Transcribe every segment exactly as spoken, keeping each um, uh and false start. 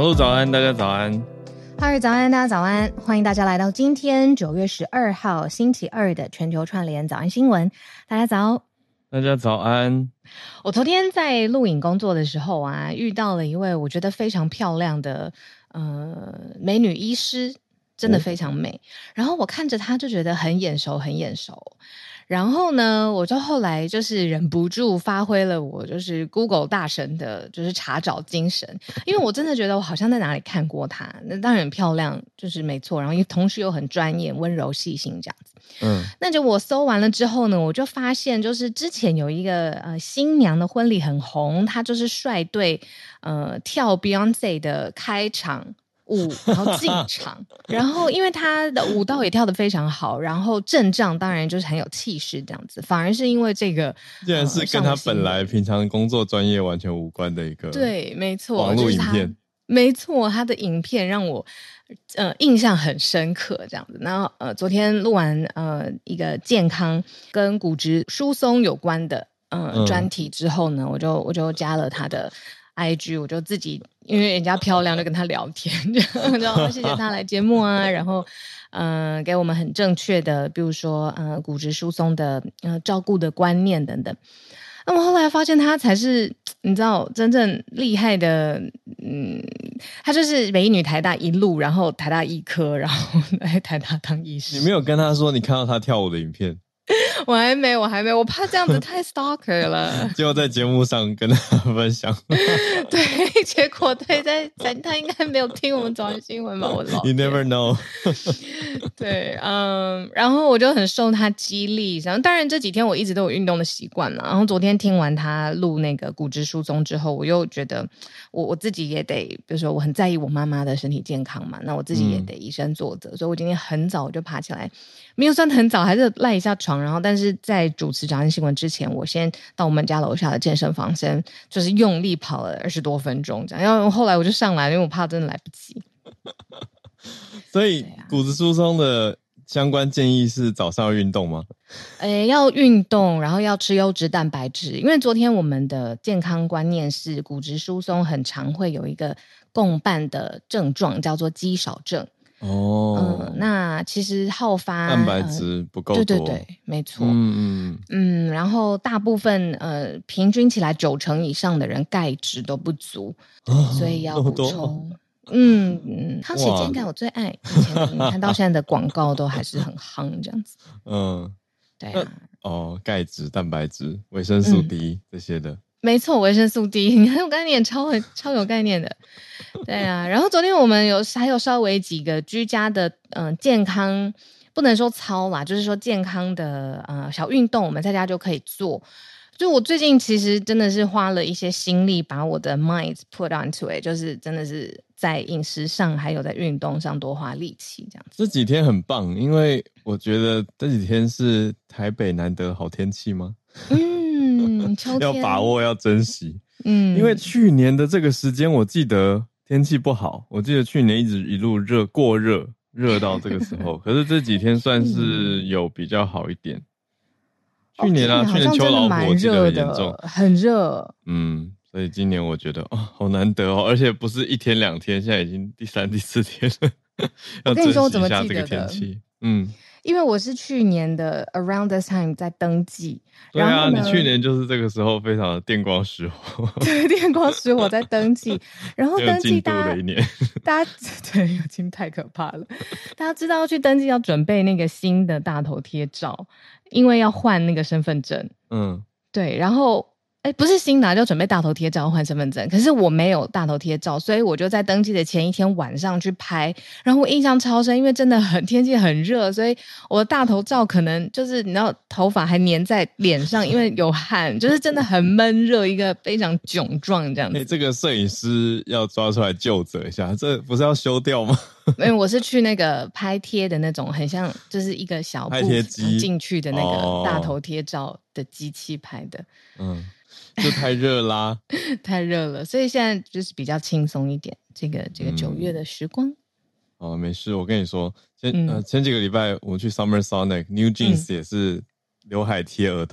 Hello， 早安，大家早安。 哈日早安，大家早安，欢迎大家来到今天九月十二号星期二的全球串联早安新闻。大家早， 大家早安。 我昨天在录影工作的时候啊，遇到了一位我觉得非常漂亮的呃美女医师，真的非常美。哦、然后我看着她就觉得很眼熟，很眼熟。然后呢，我就后来就是忍不住发挥了我就是 Google 大神的就是查找精神，因为我真的觉得我好像在哪里看过她。那当然很漂亮，就是没错，然后同时又很专业、温柔、细心这样子。嗯，那就我搜完了之后呢，我就发现就是之前有一个呃新娘的婚礼很红，她就是率队呃跳 Beyonce 的开场舞，然后进场，然后因为他的舞蹈也跳得非常好，然后阵仗当然就是很有气势这样子，反而是因为这个竟然是跟他本来平常工作专业完全无关的一个对，没错， 网络影片、就是、 没错，他的影片让我呃印象很深刻这样子。然后呃昨天录完呃一个健康跟骨质疏松有关的呃专题之后呢，我就我就加了他的I G， 我就自己因为人家漂亮就跟他聊天，然后谢谢他来节目啊，然后嗯、呃、给我们很正确的，比如说呃骨质疏松的呃照顾的观念等等。那么后来发现他才是你知道真正厉害的，嗯，他就是北一女台大一路，然后台大医科，然后来台大当医师。 你没有跟他说你看到他跳舞的影片？ 我还没，我还没，我怕这样子太 stalker 了。 结果在节目上跟他分享， 对，结果对，在在他应该没有听我们早安新闻吧？我老 You never know 。 对，嗯，然后我就很受他激励，然后当然这几天我一直都有运动的习惯了。然后昨天听完他录那个骨质疏松之后，我又觉得我我自己也得，比如说我很在意我妈妈的身体健康嘛，那我自己也得以身作则，嗯、所以我今天很早就爬起来，没有算很早，还是赖一下床。然后但是在主持早安新闻之前，我先到我们家楼下的健身房先就是用力跑了二十多分钟这样，然后后来我就上来，因为我怕真的来不及。 所以骨质疏松的相关建议是早上要运动吗？ 诶，要运动，然后要吃优质蛋白质。因为昨天我们的健康观念是骨质疏松很常会有一个共伴的症状叫做肌少症。哦，嗯，那其实好发蛋白质不够多， 呃、对对对，没错，嗯嗯嗯，然后大部分呃平均起来九成以上的人钙质都不足，对，哦、所以要补充。嗯嗯，康熙健康我最爱，以前你看到现在的广告都还是很夯这样子。嗯，对啊， 哦，钙质、蛋白质、维生素 D、嗯、这些的。 没错，维生素 D， 你很有概念，超超有概念的。对啊，然后昨天我们有还有稍微几个居家的嗯、呃、健康，不能说操啦，就是说健康的呃小运动，我们在家就可以做。就我最近其实真的是花了一些心力，把我的 mind put onto it， 就是真的是在饮食上还有在运动上多花力气这样子。 这几天很棒，因为我觉得这几天是台北难得好天气吗？ 嗯，秋天要把握，要珍惜。嗯，因为去年的这个时间，我记得天气不好，我记得去年一直一路热过热，热到这个时候。可是这几天算是有比较好一点。去年啊， 哦、 去年秋老虎我记得很严重， 很热。 嗯，所以今年我觉得哦，好难得哦，而且不是一天两天，现在已经第三、第四天了。 我跟你说，我怎么记得的？ 要珍惜一下这个天气，嗯。 因为我是去年的 around this time 在登记， 对啊， 然后呢你去年就是这个时候非常的电光石火， 对，电光石火在登记，然后登记大家的一年， 大家对，有进太可怕了。大家知道要去登记要准备那个新的大头贴照，因为要换那个身份证，嗯，对，然后。哎，不是新拿就准备大头贴照换身份证，可是我没有大头贴照，所以我就在登记的前一天晚上去拍，然后我印象超深，因为真的很天气很热，所以我的大头照可能就是你知道头发还粘在脸上，因为有汗，就是真的很闷热，一个非常窘状这样子。 欸，这个摄影师要抓出来究责一下，这不是要修掉吗？ 因为我是去那个拍贴的那种，很像就是一个小布进去的那个大头贴照的机器拍的，嗯。 就太热啦， 太热了，所以现在就是比较轻松一点。这个这个九月的时光，嗯、 哦，没事，我跟你说，前、嗯、呃前几个礼拜我们去 Summer Sonic，New Jeans、嗯、也是刘海贴额头，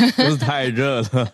就是太热了。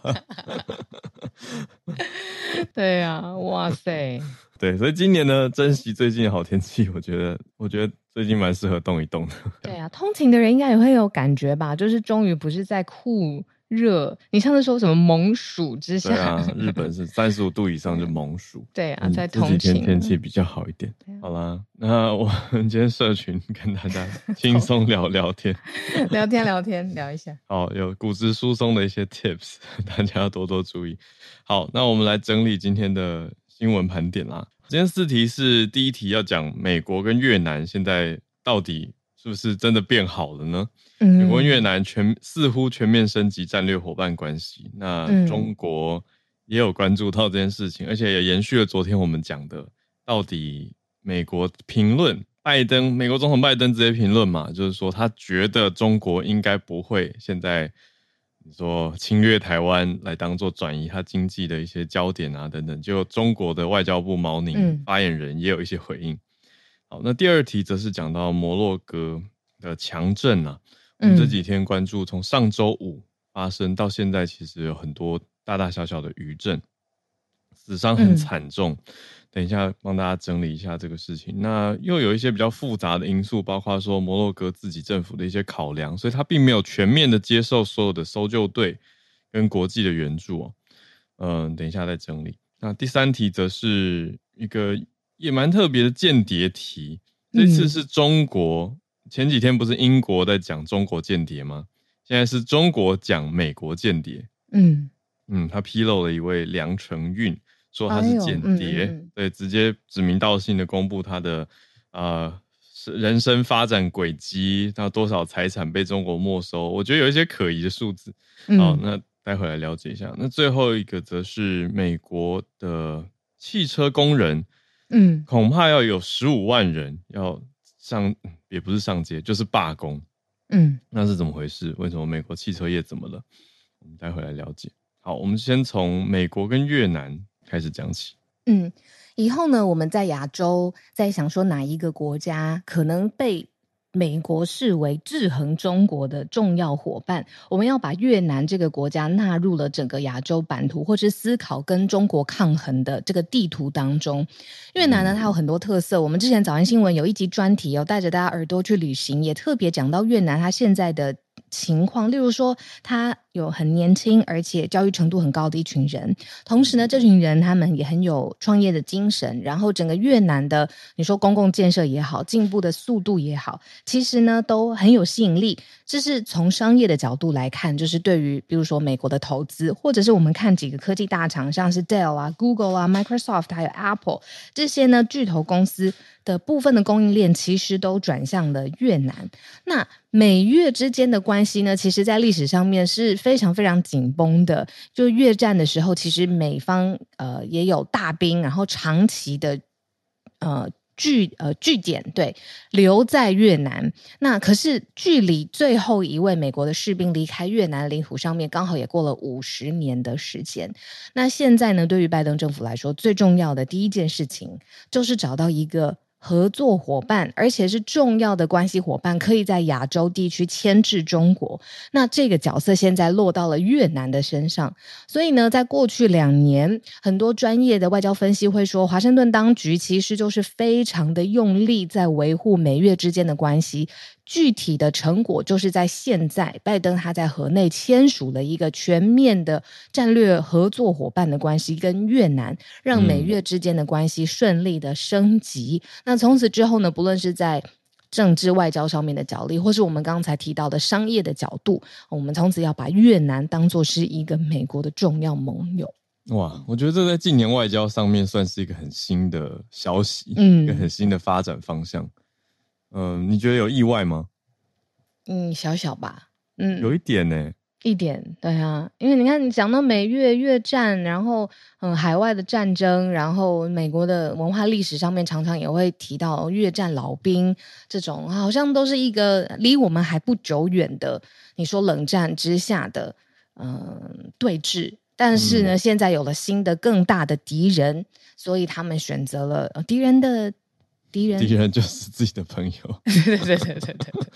对啊，哇塞。 对，所以今年呢，珍惜最近的好天气，我觉得，我觉得最近蛮适合动一动的。 对啊，通勤的人应该也会有感觉吧，就是终于不是在酷热，你上次说什么猛暑之下？ 对啊，日本是三十五度以上就猛暑。 对啊， 嗯， 在通勤这几天天气比较好一点。好啦，那我们今天社群跟大家轻松聊聊天， 聊天聊天聊一下。 好，有骨质疏松的一些 tips， 大家要多多注意。好，那我们来整理今天的新闻盘点啦。今天四题是第一题要讲美国跟越南现在到底是不是真的变好了呢？嗯、美国跟越南全似乎全面升级战略伙伴关系，那中国也有关注到这件事情，而且也延续了昨天我们讲的，到底美国评论拜登，美国总统拜登直接评论嘛，就是说他觉得中国应该不会现在你说侵略台湾来当做转移他经济的一些焦点啊等等，就中国的外交部毛宁发言人也有一些回应。嗯、好，那第二题则是讲到摩洛哥的强震啊，我们这几天关注从上周五发生到现在，其实有很多大大小小的余震，死伤很惨重。嗯、等一下帮大家整理一下这个事情。那又有一些比较复杂的因素，包括说摩洛哥自己政府的一些考量，所以他并没有全面的接受所有的搜救队跟国际的援助哦。嗯，等一下再整理。那第三题则是一个也蛮特别的间谍题，这次是中国。嗯、前几天不是英国在讲中国间谍吗？现在是中国讲美国间谍。嗯嗯，他披露了一位梁成运，说他是间谍，哎嗯嗯对，直接指名道姓的公布他的呃人生发展轨迹，他多少财产被中国没收，我觉得有一些可疑的数字。嗯、好，那待会来了解一下。那最后一个则是美国的汽车工人，嗯，恐怕要有十五万人要上，也不是上街，就是罢工。嗯，那是怎么回事？为什么美国汽车业怎么了？我们待会来了解。好，我们先从美国跟越南开始讲起。 嗯，以后呢，我们在亚洲在想说哪一个国家可能被美国视为制衡中国的重要伙伴，我们要把越南这个国家纳入了整个亚洲版图，或是思考跟中国抗衡的这个地图当中。越南呢，它有很多特色，我们之前早安新闻有一集专题哦，带着大家耳朵去旅行，也特别讲到越南它现在的情况，例如说他有很年轻而且教育程度很高的一群人，同时呢这群人他们也很有创业的精神，然后整个越南的你说公共建设也好，进步的速度也好，其实呢都很有吸引力。这是从商业的角度来看，就是对于比如说美国的投资，或者是我们看几个科技大厂，像是 Dell 啊 Google 啊 Microsoft 还有 Apple 这些呢巨头公司的部分的供应链其实都转向了越南。那美越之间的关系呢，其实在历史上面是非常非常紧绷的。就越战的时候，其实美方呃也有大兵，然后长期的呃据呃据点对留在越南。那可是距离最后一位美国的士兵离开越南领土上面，刚好也过了五十年的时间。那现在呢，对于拜登政府来说，最重要的第一件事情就是找到一个合作伙伴，而且是重要的关系伙伴，可以在亚洲地区牵制中国。那这个角色现在落到了越南的身上。所以呢，在过去两年，很多专业的外交分析会说，华盛顿当局其实就是非常的用力在维护美越之间的关系。具体的成果就是在现在，拜登他在河内签署了一个全面的战略合作伙伴的关系跟越南，让美越之间的关系顺利的升级。嗯、那从此之后呢，不论是在政治外交上面的角力，或是我们刚才提到的商业的角度，我们从此要把越南当作是一个美国的重要盟友。 哇，我觉得这在近年外交上面算是一个很新的消息，嗯，一个很新的发展方向。嗯、呃，你觉得有意外吗？ 嗯，小小吧。嗯， 有一点呢、欸。 一点，对啊，因为你看，你讲到美越越战，然后嗯，海外的战争，然后美国的文化历史上面常常也会提到越战老兵这种，好像都是一个离我们还不久远的，你说冷战之下的嗯对峙。但是呢、嗯、现在有了新的更大的敌人，所以他们选择了、呃、敌人的敌人敌人就是自己的朋友。 对对对对对对对。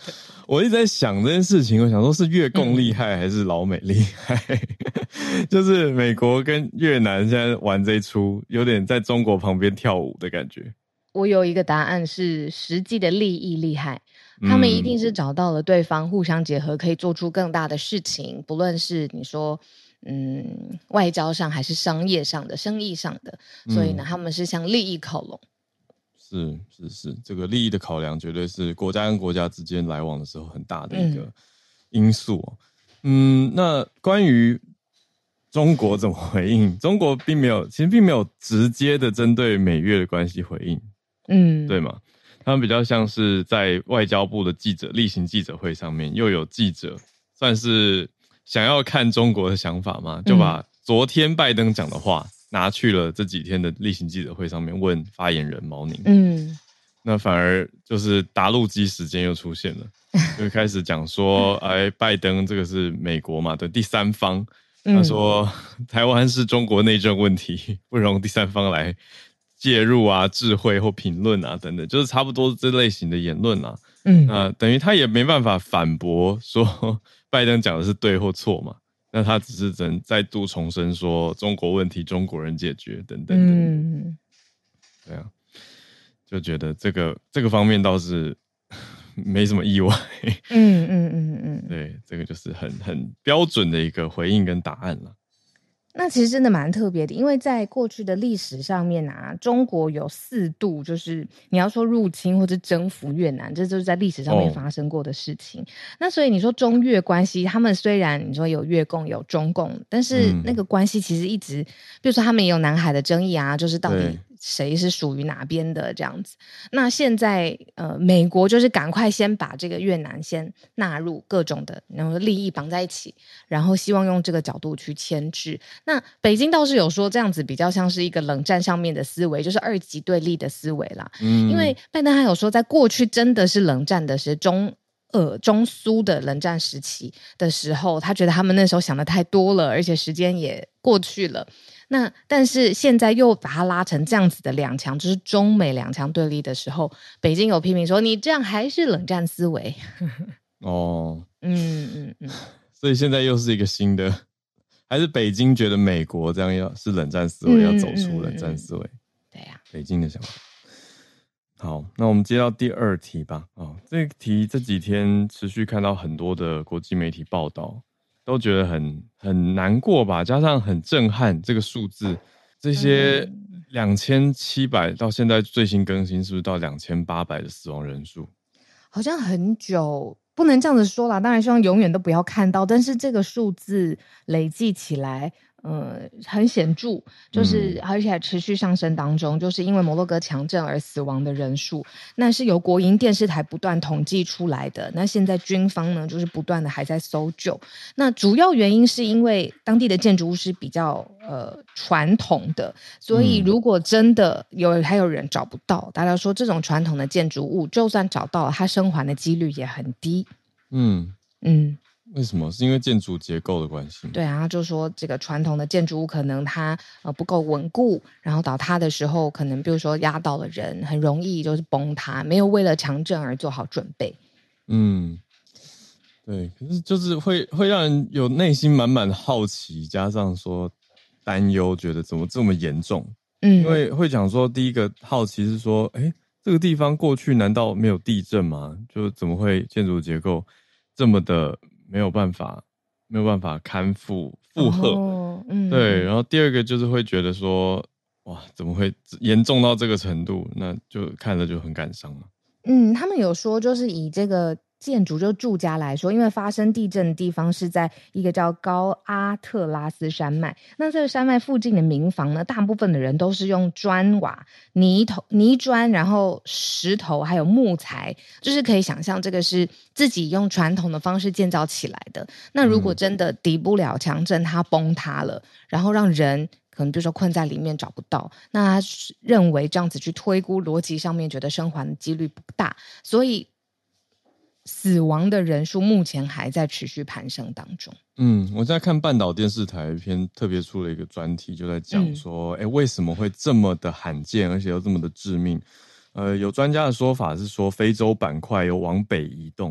我一直在想这件事情，我想说是越共厉害还是老美厉害？嗯、就是美国跟越南现在玩这一出，有点在中国旁边跳舞的感觉。 我有一个答案是实际的利益厉害，他们一定是找到了对方互相结合可以做出更大的事情，不论是你说嗯外交上还是商业上的生意上的，所以呢、嗯、他们是向利益靠拢。 是是是，这个利益的考量绝对是国家跟国家之间来往的时候很大的一个因素、哦、嗯, 嗯，那关于中国怎么回应，中国并没有其实并没有直接的针对美越的关系回应，嗯，对吗？他们比较像是在外交部的记者例行记者会上面，又有记者算是想要看中国的想法嘛，就把昨天拜登讲的话拿去了这几天的例行记者会上面问发言人毛宁，嗯，那反而就是答录机时间又出现了，就开始讲说，哎，拜登这个是美国嘛的第三方，他说、嗯、台湾是中国内政问题，不容第三方来介入啊、智慧或评论啊等等，就是差不多这类型的言论啊。嗯，那等于他也没办法反驳说拜登讲的是对或错嘛。那他只是只能再度重申说中国问题中国人解决等等等等。嗯，对啊，就觉得这个这个方面倒是没什么意外。嗯嗯嗯嗯，对，这个就是很很标准的一个回应跟答案了。 那其实真的蛮特别的，因为在过去的历史上面啊，中国有四度就是你要说入侵或者征服越南，这就是在历史上面发生过的事情、哦、那所以你说中越关系，他们虽然你说有越共有中共，但是那个关系其实一直、嗯、比如说他们也有南海的争议啊，就是到底谁是属于哪边的这样子。那现在呃，美国就是赶快先把这个越南先纳入各种的然后利益绑在一起，然后希望用这个角度去牵制。那北京倒是有说这样子比较像是一个冷战上面的思维，就是二极对立的思维啦。嗯，因为拜登还有说在过去真的是冷战的是中呃中苏的冷战时期的时候，他觉得他们那时候想的太多了，而且时间也过去了。那但是现在又把它拉成这样子的两强，就是中美两强对立的时候，北京有批评说你这样还是冷战思维。 哦，嗯嗯嗯，所以现在又是一个新的，还是北京觉得美国这样要是冷战思维、嗯、要走出冷战思维、嗯、 对呀、啊， 北京的想法。好，那我们接到第二题吧。哦，这个题这几天持续看到很多的国际媒体报道，都觉得很很难过吧，加上很震撼这个数字，这些两千七百到现在最新更新是不是到两千八百的死亡人数？ 好像很久，不能这样子说啦，当然希望永远都不要看到，但是这个数字累计起来呃，很显著，就是而且还持续上升当中、嗯、就是因为摩洛哥强震而死亡的人数，那是由国营电视台不断统计出来的。那现在军方呢就是不断的还在搜救，那主要原因是因为当地的建筑物是比较呃传统的，所以如果真的有还有人找不到，大家说这种传统的建筑物就算找到了，它生还的几率也很低。嗯嗯，为什么？是因为建筑结构的关系吗？ 对啊，就说这个传统的建筑物可能它呃不够稳固，然后倒塌的时候可能比如说压到了人，很容易就是崩塌，没有为了强震而做好准备。嗯， 对，可是就是会会让人有内心满满的好奇，加上说担忧，觉得怎么这么严重？嗯，因为会讲说第一个好奇是说，哎，这个地方过去难道没有地震吗？就怎么会建筑结构这么的没有办法没有办法堪负负荷、哦嗯、对，然后第二个就是会觉得说哇怎么会严重到这个程度，那就看了就很感伤嘛。 嗯，他们有说就是以这个建筑就住家来说，因为发生地震的地方是在一个叫高阿特拉斯山脉，那这个山脉附近的民房呢，大部分的人都是用砖瓦、泥头、泥砖，然后石头还有木材，就是可以想象这个是自己用传统的方式建造起来的。那如果真的抵不了强震，它崩塌了，然后让人可能比如说困在里面找不到，那他认为这样子去推估逻辑上面觉得生还的几率不大，所以死亡的人数目前还在持续攀升当中。 嗯，我在看半岛电视台一篇特别出了一个专题，就在讲说哎、嗯，为什么会这么的罕见而且又这么的致命。呃，有专家的说法是说非洲板块有往北移动，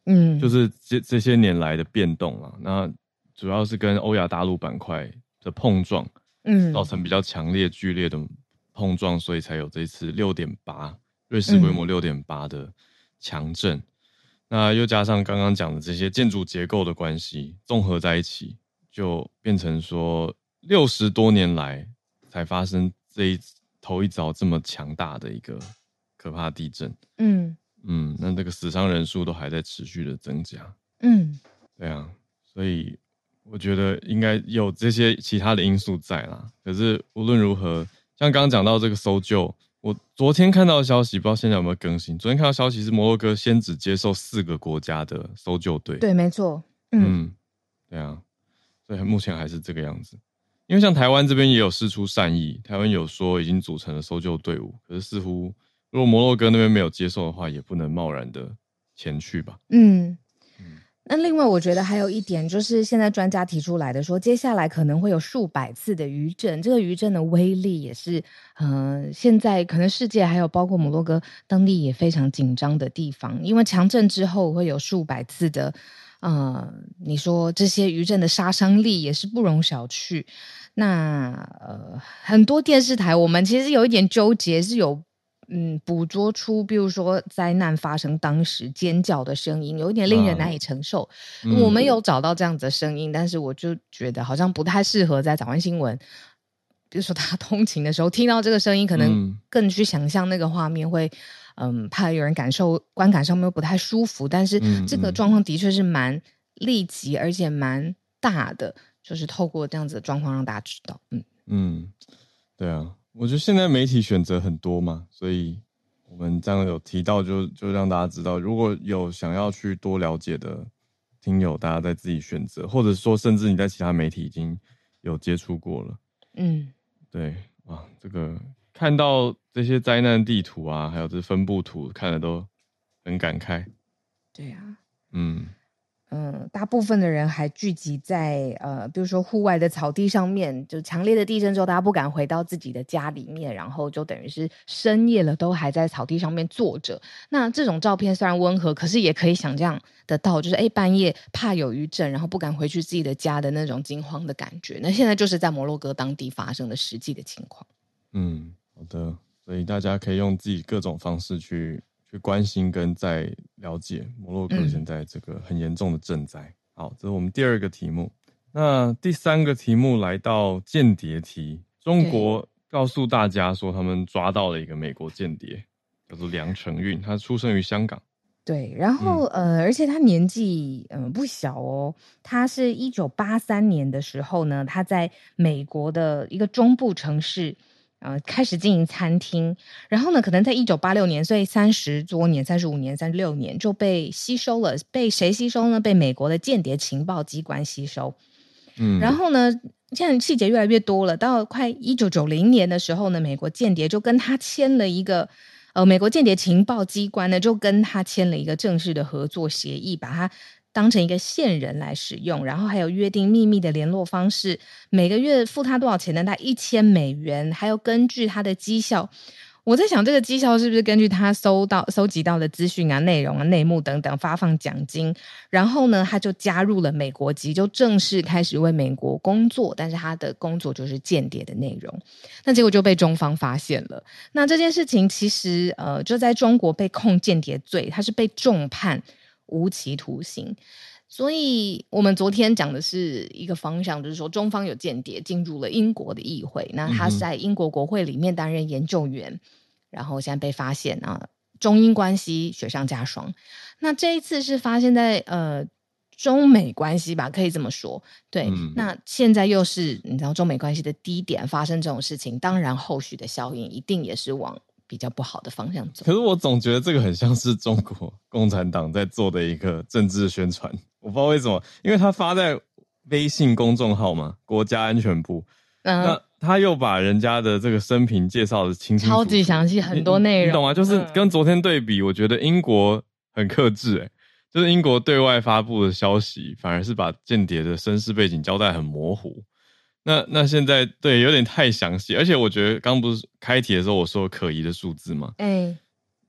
嗯， 就是这这些年来的变动啦。那主要是跟欧亚大陆板块的碰撞，嗯，造成比较强烈剧烈的碰撞，所以才有这一次 六点八 瑞士规模 六点八 的强震。嗯，那又加上刚刚讲的这些建筑结构的关系，综合在一起，就变成说六十多年来才发生这一头一遭这么强大的一个可怕地震。嗯嗯，那这个死伤人数都还在持续的增加。嗯，对啊，所以我觉得应该有这些其他的因素在啦。可是无论如何，像刚刚讲到这个搜救，我昨天看到的消息，不知道现在有没有更新。昨天看到消息是摩洛哥先只接受四个国家的搜救队。 对，没错。嗯， 嗯，对啊，所以目前还是这个样子。因为像台湾这边也有释出善意，台湾有说已经组成了搜救队伍，可是似乎如果摩洛哥那边没有接受的话，也不能贸然的前去吧。嗯。 那另外我觉得还有一点就是现在专家提出来的说，接下来可能会有数百次的余震，这个余震的威力也是呃，现在可能世界还有包括摩洛哥当地也非常紧张的地方，因为强震之后会有数百次的呃，你说这些余震的杀伤力也是不容小觑。那呃，很多电视台我们其实有一点纠结，是有嗯，捕捉出比如说灾难发生当时尖叫的声音，有一点令人难以承受。嗯，我们有找到这样子的声音，但是我就觉得好像不太适合在早安新闻，比如说他通勤的时候听到这个声音，可能更去想象那个画面会，嗯，怕有人感受观感上面不太舒服。但是这个状况的确是蛮立即而且蛮大的，就是透过这样子的状况让大家知道。嗯嗯，对啊。我觉得现在媒体选择很多嘛，所以我们这样有提到就就让大家知道，如果有想要去多了解的听友，大家再自己选择，或者说甚至你在其他媒体已经有接触过了。嗯，对啊，这个看到这些灾难地图啊，还有这分布图，看的都很感慨。 对啊，嗯。嗯，大部分的人还聚集在呃，比如说户外的草地上面，就强烈的地震之后，大家不敢回到自己的家里面，然后就等于是深夜了，都还在草地上面坐着。那这种照片虽然温和，可是也可以想象得到，就是哎，半夜怕有余震，然后不敢回去自己的家的那种惊慌的感觉。那现在就是在摩洛哥当地发生的实际的情况。 嗯，好的，所以大家可以用自己各种方式去。去关心跟再了解摩洛哥现在这个很严重的震灾。嗯，好，这是我们第二个题目。那第三个题目来到间谍题，中国告诉大家说他们抓到了一个美国间谍，叫做梁成运，他出生于香港。 对，然后、嗯、呃，而且他年纪嗯、呃、不小哦，他是一九八三年的时候呢，他在美国的一个中部城市。呃，开始经营餐厅，然后呢，可能在一九八六年，所以三十多年、三十五年、三十六年就被吸收了。被谁吸收呢？被美国的间谍情报机关吸收。嗯，然后呢，现在细节越来越多了。到快一九九零年的时候呢，美国间谍就跟他签了一个，呃，美国间谍情报机关呢就跟他签了一个正式的合作协议，把他当成一个线人来使用，然后还有约定秘密的联络方式，每个月付他多少钱呢？大概一千美元，还有根据他的绩效。我在想，这个绩效是不是根据他搜到、搜集到的资讯啊、内容啊、内幕等等发放奖金？然后呢，他就加入了美国籍，就正式开始为美国工作。但是他的工作就是间谍的内容，那结果就被中方发现了。那这件事情其实呃，就在中国被控间谍罪，他是被重判无期徒刑。所以我们昨天讲的是一个方向，就是说中方有间谍进入了英国的议会，那他是在英国国会里面担任研究员，嗯、然后现在被发现啊，中英关系雪上加霜。那这一次是发现在呃中美关系吧，可以这么说。对，嗯、那现在又是你知道中美关系的低点发生这种事情，当然后续的效应一定也是往比较不好的方向走。 可是我总觉得这个很像是中国共产党在做的一个政治宣传，我不知道为什么，因为他发在微信公众号嘛，国家安全部，嗯、那他又把人家的这个生平介绍的清清楚楚， 超级详细，很多内容， 你懂吗？就是跟昨天对比，嗯、我觉得英国很克制，欸，就是英国对外发布的消息，反而是把间谍的身世背景交代很模糊。那那现在对有点太详细，而且我觉得刚不是开题的时候我说可疑的数字吗？哎，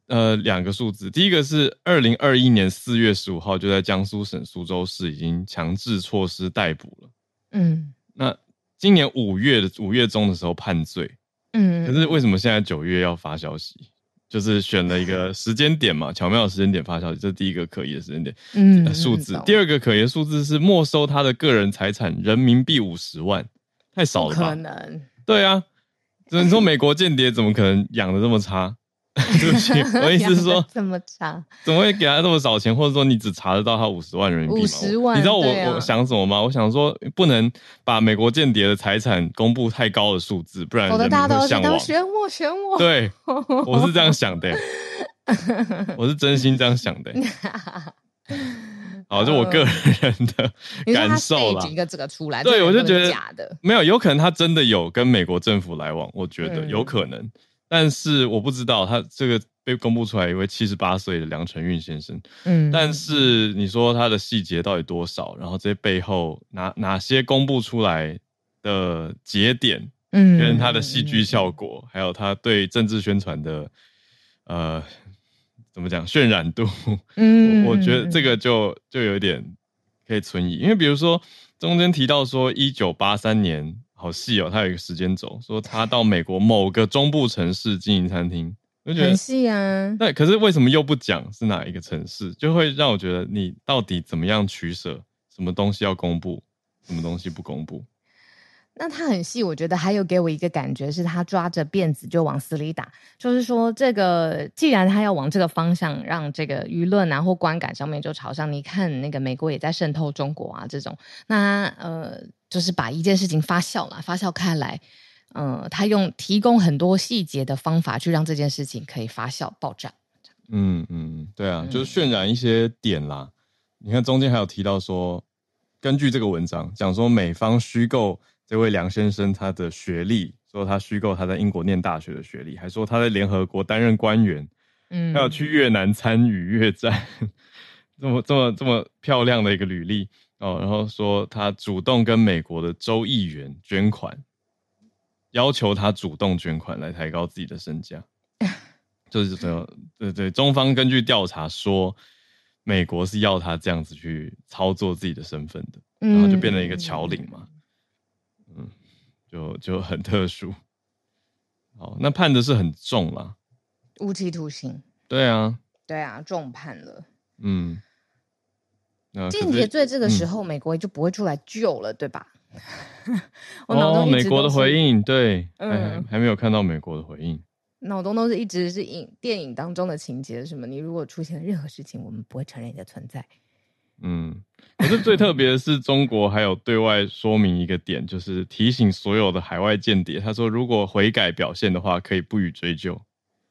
呃两个数字，第一个是二零二一年四月十五号就在江苏省苏州市已经强制措施逮捕了。嗯，那今年五月的五月中的时候判罪。嗯，可是为什么现在九月要发消息？就是选了一个时间点嘛，巧妙的时间点发消息，这是第一个可疑的时间点。嗯，呃、数字。第二个可疑的数字是没收他的个人财产人民币五十万，太少了吧？不可能。对啊，你说美国间谍怎么可能养得这么差？对不起，我的意思是说这么差， 怎么会给他这么少钱？或者说你只查得到他五十万人民币吗？五十万，你知道我、啊、我想什么吗？我想说不能把美国间谍的财产公布太高的数字，不然人民会向往。 选我，选我。 对，我是这样想的，我是真心这样想的。好，就我个人的感受啦。 一个这个出来， 对，我就觉得假的， 没有，有可能他真的有跟美国政府来往，我觉得有可能。嗯，但是我不知道他这个被公布出来一位七十八岁的梁成运先生，嗯，但是你说他的细节到底多少，然后这些背后哪哪些公布出来的节点，嗯，跟他的戏剧效果，还有他对政治宣传的呃怎么讲渲染度，嗯，我, 我觉得这个就就有点可以存疑，因为比如说中间提到说一九八三年。好细哦，他有一个时间轴，说他到美国某个中部城市经营餐厅，我觉得很细啊。 对，可是为什么又不讲是哪一个城市，就会让我觉得你到底怎么样取舍，什么东西要公布，什么东西不公布。 那他很细，我觉得还有给我一个感觉是他抓着辫子就往死里打，就是说这个既然他要往这个方向让这个舆论啊或观感上面就朝向，你看那个美国也在渗透中国啊这种，那呃就是把一件事情发酵啦，发酵开来，呃他用提供很多细节的方法去让这件事情可以发酵爆炸。 嗯嗯，对啊，就是渲染一些点啦。你看中间还有提到说，根据这个文章讲说美方虚构这位梁先生他的学历，说他虚构他在英国念大学的学历，还说他在联合国担任官员，嗯，还有去越南参与越战，这么这么这么漂亮的一个履历哦。然后说他主动跟美国的州议员捐款，要求他主动捐款来抬高自己的身价，就是这样。对对，中方根据调查说，美国是要他这样子去操作自己的身份的，然后就变成一个侨领嘛。嗯，就就很特殊。好，那判的是很重啦， 无期徒刑。 对啊， 对啊，重判了。 嗯， 间谍罪这个时候、嗯、美国就不会出来救了，对吧？ 我脑中一直都是、哦、美国的回应，对，嗯、还, 还没有看到美国的回应。 脑中都是一直是影电影当中的情节，什么你如果出现任何事情，我们不会承认你的存在。 嗯，可是最特别的是，中国还有对外说明一个点，就是提醒所有的海外间谍，他说如果悔改表现的话，可以不予追究。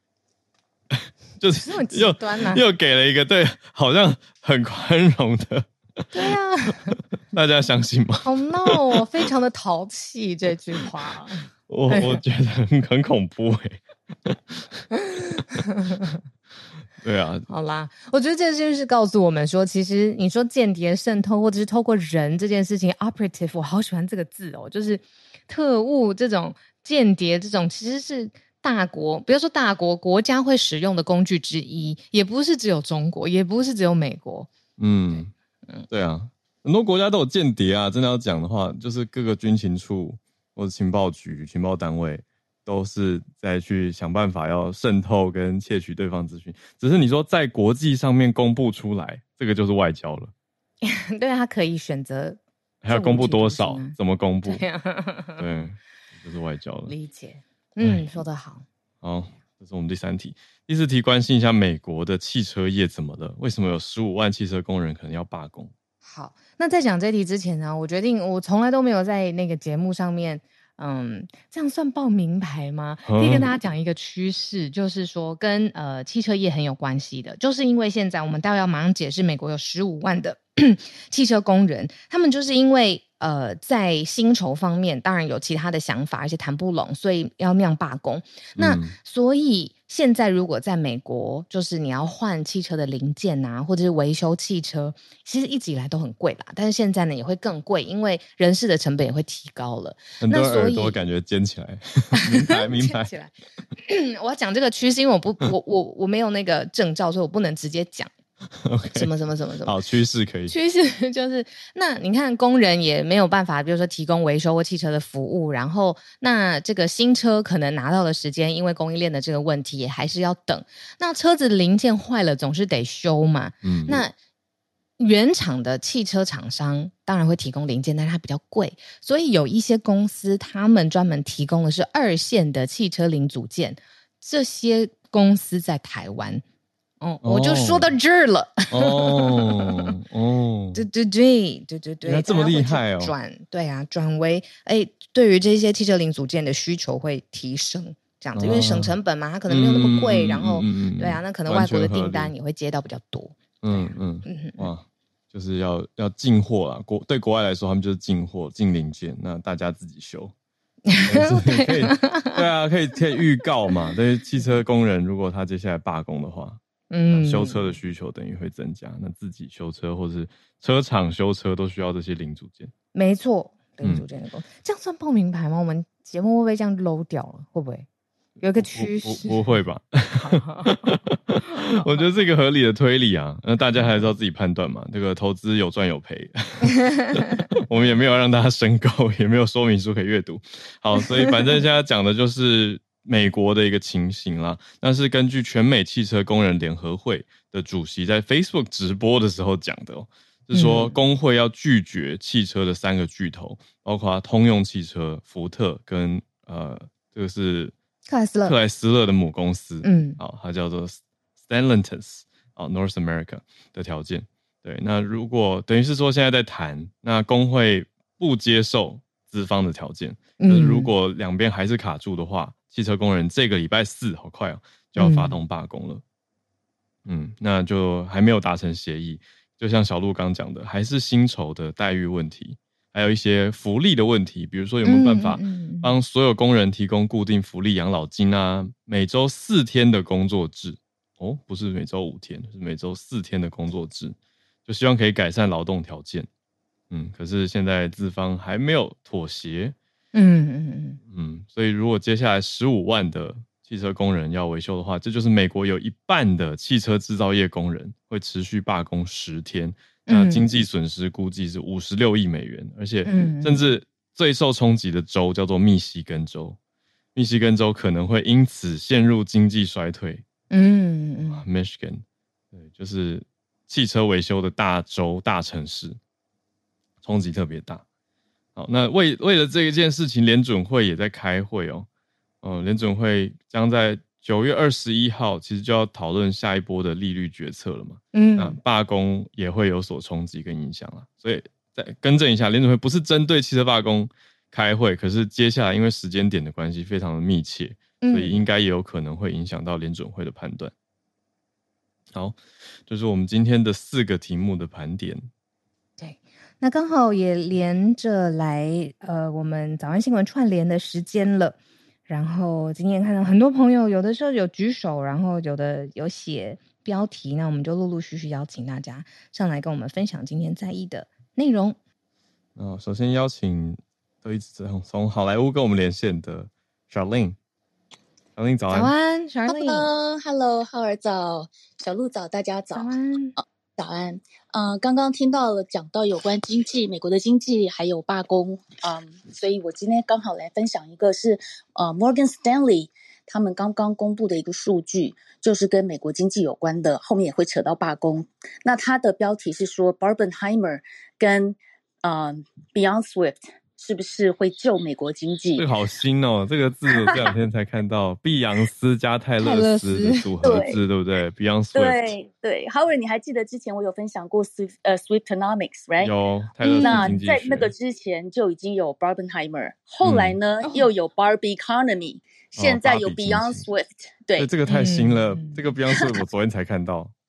就是又极端、啊、又给了一个对，好像很宽容的。 对啊， 大家相信吗？ 好闹哦，非常的淘气这句话。 我我觉得很很恐怖哎、欸。对啊， 好啦，我觉得这件事告诉我们说，其实你说间谍渗透或者是透过人这件事情 ，operative， 我好喜欢这个字哦，就是特务这种间谍这种，其实是大国，不要说大国，国家会使用的工具之一，也不是只有中国，也不是只有美国。 嗯嗯，对啊，很多国家都有间谍啊，真的要讲的话，就是各个军情处或者情报局、情报单位。都是在去想办法要渗透跟窃取对方资讯，只是你说在国际上面公布出来，这个就是外交了。 对，他可以选择还要公布多少，怎么公布，对，对，就是外交了。 理解，嗯，说得好。 好，这是我们第三题。第四题，关心一下美国的汽车业怎么了？为什么有十五万汽车工人可能要罢工？ 好，那在讲这题之前呢，我决定我从来都没有在那个节目上面。嗯，这样算报名牌吗？可以跟大家讲一个趋势，就是说跟呃汽车业很有关系的，就是因为现在我们待会要马上解释，美国有十五万的汽车工人，他们就是因为呃在薪酬方面当然有其他的想法，而且谈不拢，所以要那样罢工。那、嗯、所以现在如果在美国，就是你要换汽车的零件啊，或者是维修汽车，其实一直以来都很贵啦，但是现在呢也会更贵，因为人事的成本也会提高了。 很多耳朵感觉尖起来，明白明白。 尖起来我要讲这个趋势，因为我不我我我没有那个证照，所以我不能直接讲。 Okay, 什么什么什么什么好，趋势可以， 趋势就是那你看工人也没有办法比如说提供维修或汽车的服务，然后那这个新车可能拿到的时间因为供应链的这个问题也还是要等，那车子零件坏了总是得修嘛，嗯，那原厂的汽车厂商当然会提供零件，但是它比较贵，所以有一些公司他们专门提供的是二线的汽车零组件，这些公司在台湾哦，我就说到这儿了。 哦哦， 对对对对对对， 这么厉害哦！ 转对啊，转为哎，对于这些汽车零组件的需求会提升，这样子，哦、因为省成本嘛，它可能没有那么贵，嗯、然后、嗯、对啊，那可能外国的订单也会接到比较多。 嗯嗯嗯，哇，就是要要进货啦，国对国外来说，他们就是进货进零件，那大家自己修。可以对啊，可以可以预告嘛？对于汽车工人，如果他接下来罢工的话。嗯，修车的需求等于会增加，那自己修车或是车厂修车都需要这些零组件。 没错，零组件的工、嗯，这样算报名牌吗？我们节目会不会这样 low 掉了？会不会有一个趋势？ 不, 不, 不会吧？我觉得是一个合理的推理啊，那大家还是要自己判断嘛。这个投资有赚有赔，我们也没有让大家申购，也没有说明书可以阅读。好，所以反正现在讲的就是美国的一个情形啦，那是根据全美汽车工人联合会的主席在 Facebook 直播的时候讲的哦，是说工会要拒绝汽车的三个巨头，包括通用汽车、福特跟呃，这个是克莱斯勒， 克莱斯勒的母公司，嗯，好，它叫做 Stellantis 啊 ，North America 的条件。对，那如果等于是说现在在谈，那工会不接受资方的条件，嗯，如果两边还是卡住的话。汽车工人这个礼拜四好快哦，就要发动罢工了。嗯, 嗯，那就还没有达成协议，就像小鹿刚讲的，还是薪酬的待遇问题，还有一些福利的问题，比如说有没有办法帮所有工人提供固定福利、养老金啊，每周四天的工作制哦，不是每周五天，是每周四天的工作制，就希望可以改善劳动条件。嗯，可是现在资方还没有妥协。嗯嗯嗯嗯，所以如果接下来十五万的汽车工人要维修的话，这就是美国有一半的汽车制造业工人会持续罢工十天，那经济损失估计是五十六亿美元，而且甚至最受冲击的州叫做密西根州，密西根州可能会因此陷入经济衰退。嗯嗯 ，Michigan， 对，就是汽车维修的大州大城市，冲击特别大。好，那为为了这一件事情，联准会也在开会哦。嗯，联准会将在九月二十一号，其实就要讨论下一波的利率决策了嘛。嗯，那罢工也会有所冲击跟影响啦。所以再更正一下，联准会不是针对汽车罢工开会，可是接下来因为时间点的关系非常的密切，所以应该也有可能会影响到联准会的判断。好，就是我们今天的四个题目的盘点。 对。那刚好也连着来呃我们早安新闻串联的时间了，然后今天看到很多朋友有的时候有举手，然后有的有写标题，那我们就陆陆续续邀请大家上来跟我们分享今天在意的内容。 哦，首先邀请都一直从好莱坞跟我们连线的 Charlene。Charlene 早安。 早安 Charlene。 Hello， 浩儿早，小鹿早，大家早。 早安。 哦，早安。呃，刚刚听到了讲到有关经济，美国的经济还有罢工，嗯，所以我今天刚好来分享一个是呃 Morgan Stanley 他们刚刚公布的一个数据，就是跟美国经济有关的，后面也会扯到罢工。那它的标题是说 Barbenheimer 跟呃 Beyond Swift 是不是会救美国经济？ 这个好新哦，这个字我这两天才看到，碧昂斯加泰勒斯的组合字， 对, 对不对 ？Beyond Swift。 对对 ，Howard， 你还记得之前我有分享过 Swift 呃 Swiftonomics，right？ 有，泰勒斯经济学。 那在那个之前就已经有 Barbenheimer， 后来呢、嗯、又有 Barbie Economy，、哦、现在有 Beyond Swift。对， 这个太新了，嗯、这个 Beyond Swift 我昨天才看到。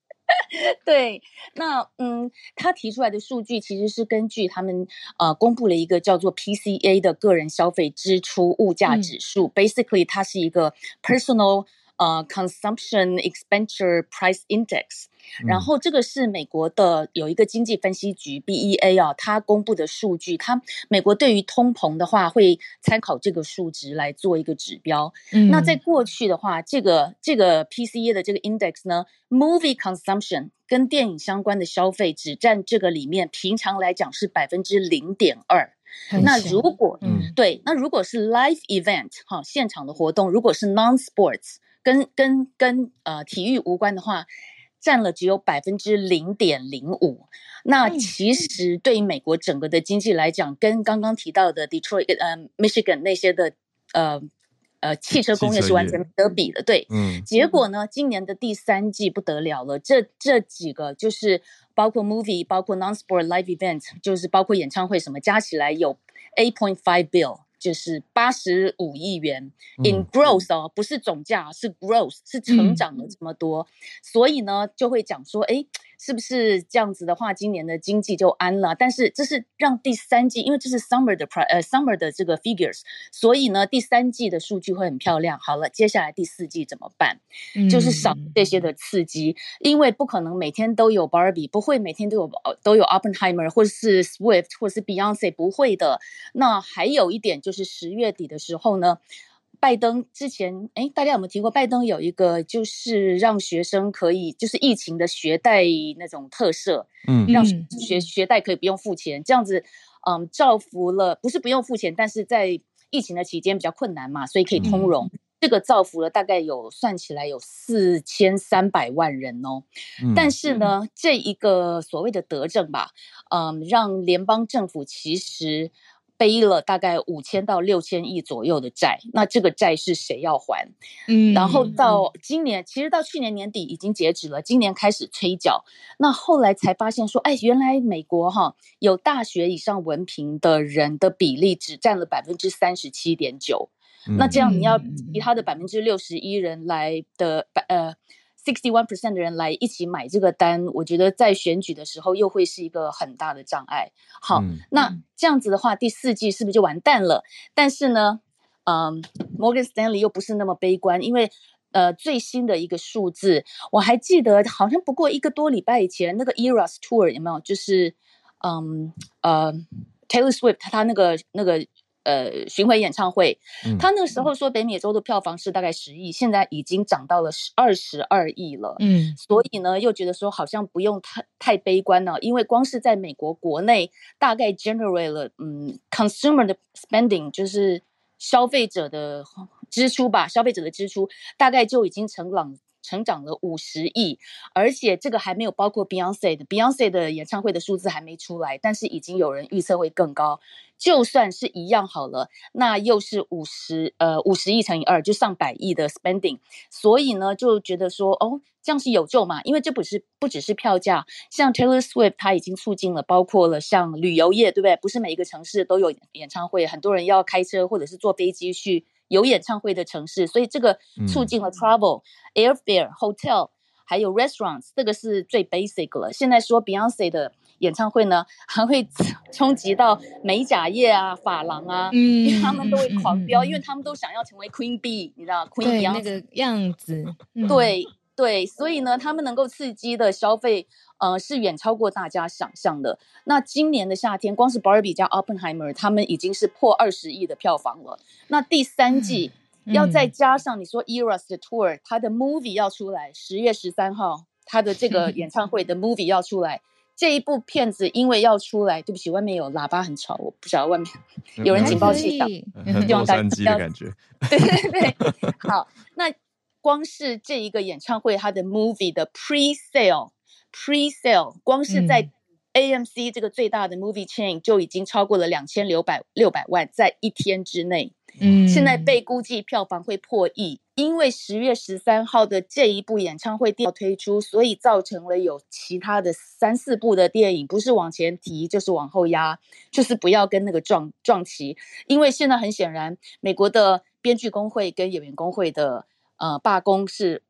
对，那嗯，他提出来的数据其实是根据他们呃公布了一个叫做 P C A 的个人消费支出物价指数、嗯、，basically 它是一个 personal 呃 consumption expenditure price index，、嗯、然后这个是美国的有一个经济分析局 B E A 啊，它公布的数据，它美国对于通膨的话会参考这个数值来做一个指标。嗯、那在过去的话，这个这个 P C A 的这个 index 呢 ，movie consumption 跟电影相关的消费只占这个里面，平常来讲是百分之零点二。那如果嗯对，那如果是 live event 哈，现场的活动，如果是 non-sports 跟跟跟呃体育无关的话，占了只有百分之零点零五。那其实对于美国整个的经济来讲，跟刚刚提到的 Detroit 呃 Michigan 那些的呃呃汽车工业是完全没得比的。对，嗯，结果呢，今年的第三季不得了了，这这几个就是包括 movie， 包括 non-sport live event， 就是包括演唱会什么，加起来有 eight point five bill。就是八十五亿元 in growth 哦，不是总价，是 growth， 是成长了这么多、嗯、所以呢就会讲说诶是不是这样子的话今年的经济就安了，但是这是让第三季，因为这是 summer 的呃 summer 的这个 figures， 所以呢第三季的数据会很漂亮。好了，接下来第四季怎么办、嗯、就是少这些的刺激，因为不可能每天都有 Barbie， 不会每天都有都有 Oppenheimer 或是 Swift 或是 Beyonce， 不会的。那还有一点就是十月底的时候呢，拜登之前诶大家有没有听过拜登有一个就是让学生可以就是疫情的学贷那种特赦，嗯，让学学贷可以不用付钱，这样子嗯造福了，不是不用付钱，但是在疫情的期间比较困难嘛，所以可以通融、嗯、这个造福了大概有算起来有四千三百万人哦、嗯、但是呢这一个所谓的德政吧，嗯让联邦政府其实背了大概五千到六千亿左右的债，那这个债是谁要还？嗯，然后到今年，其实到去年年底已经截止了，今年开始催缴。那后来才发现说，哎，原来美国哈有大学以上文凭的人的比例只占了百分之三十七点九。那这样你要其他的百分之六十一人来的呃。百分之六十一 的人来一起买这个单，我觉得在选举的时候又会是一个很大的障碍。好、嗯、那这样子的话第四季是不是就完蛋了？但是呢嗯 Morgan Stanley 又不是那么悲观，因为呃最新的一个数字我还记得好像不过一个多礼拜以前那个 Eras Tour 有没有，就是嗯呃 Taylor Swift 他那个那个呃，巡回演唱会、嗯、他那个时候说北美洲的票房是大概十亿，现在已经涨到了二十二亿了。嗯，所以呢又觉得说好像不用太太悲观了，因为光是在美国国内大概 generate 了嗯 consumer 的 spending， 就是消费者的支出吧，消费者的支出大概就已经成长成长了五十亿，而且这个还没有包括 Beyonce 的 Beyonce 的演唱会的数字还没出来，但是已经有人预测会更高。就算是一样好了，那又是五十呃五十亿乘以二，就上百亿的 spending， 所以呢就觉得说哦这样是有救嘛，因为这不是不只是票价，像 Taylor Swift 他已经促进了包括了像旅游业，对不对？不是每一个城市都有演唱会，很多人要开车或者是坐飞机去有演唱会的城市，所以这个促进了 travel、嗯、airfare、hotel 还有 restaurants， 这个是最 basic 了。现在说 Beyonce 的演唱会呢还会冲击到美甲业啊、发廊啊、嗯、因为他们都会狂飙、嗯、因为他们都想要成为 Queen Bee， 你知道 Queen Beyonce 那个样子、 嗯、对对，所以呢他们能够刺激的消费呃，是远超过大家想象的。那今年的夏天光是 Barbie 加 Oppenheimer 他们已经是破二十亿的票房了，那第三季、嗯、要再加上你说 Eras 的 Tour 他的 movie 要出来，十月十三号他的这个演唱会的 movie 要出来这一部片子因为要出来，对不起外面有喇叭很吵，我不晓得外面有人警报器响， 很洛杉矶的感觉对对对好，那光是这一个演唱会它的 movie 的 pre-sale pre-sale 光是在 A M C 这个最大的 movie chain 就已经超过了两千六百万在一天之内、嗯、现在被估计票房会破亿，因为十月十三号的这一部演唱会要推出，所以造成了有其他的三四部的电影不是往前提就是往后压，就是不要跟那个撞撞齐，因为现在很显然美国的编剧工会跟演员工会的呃罢工是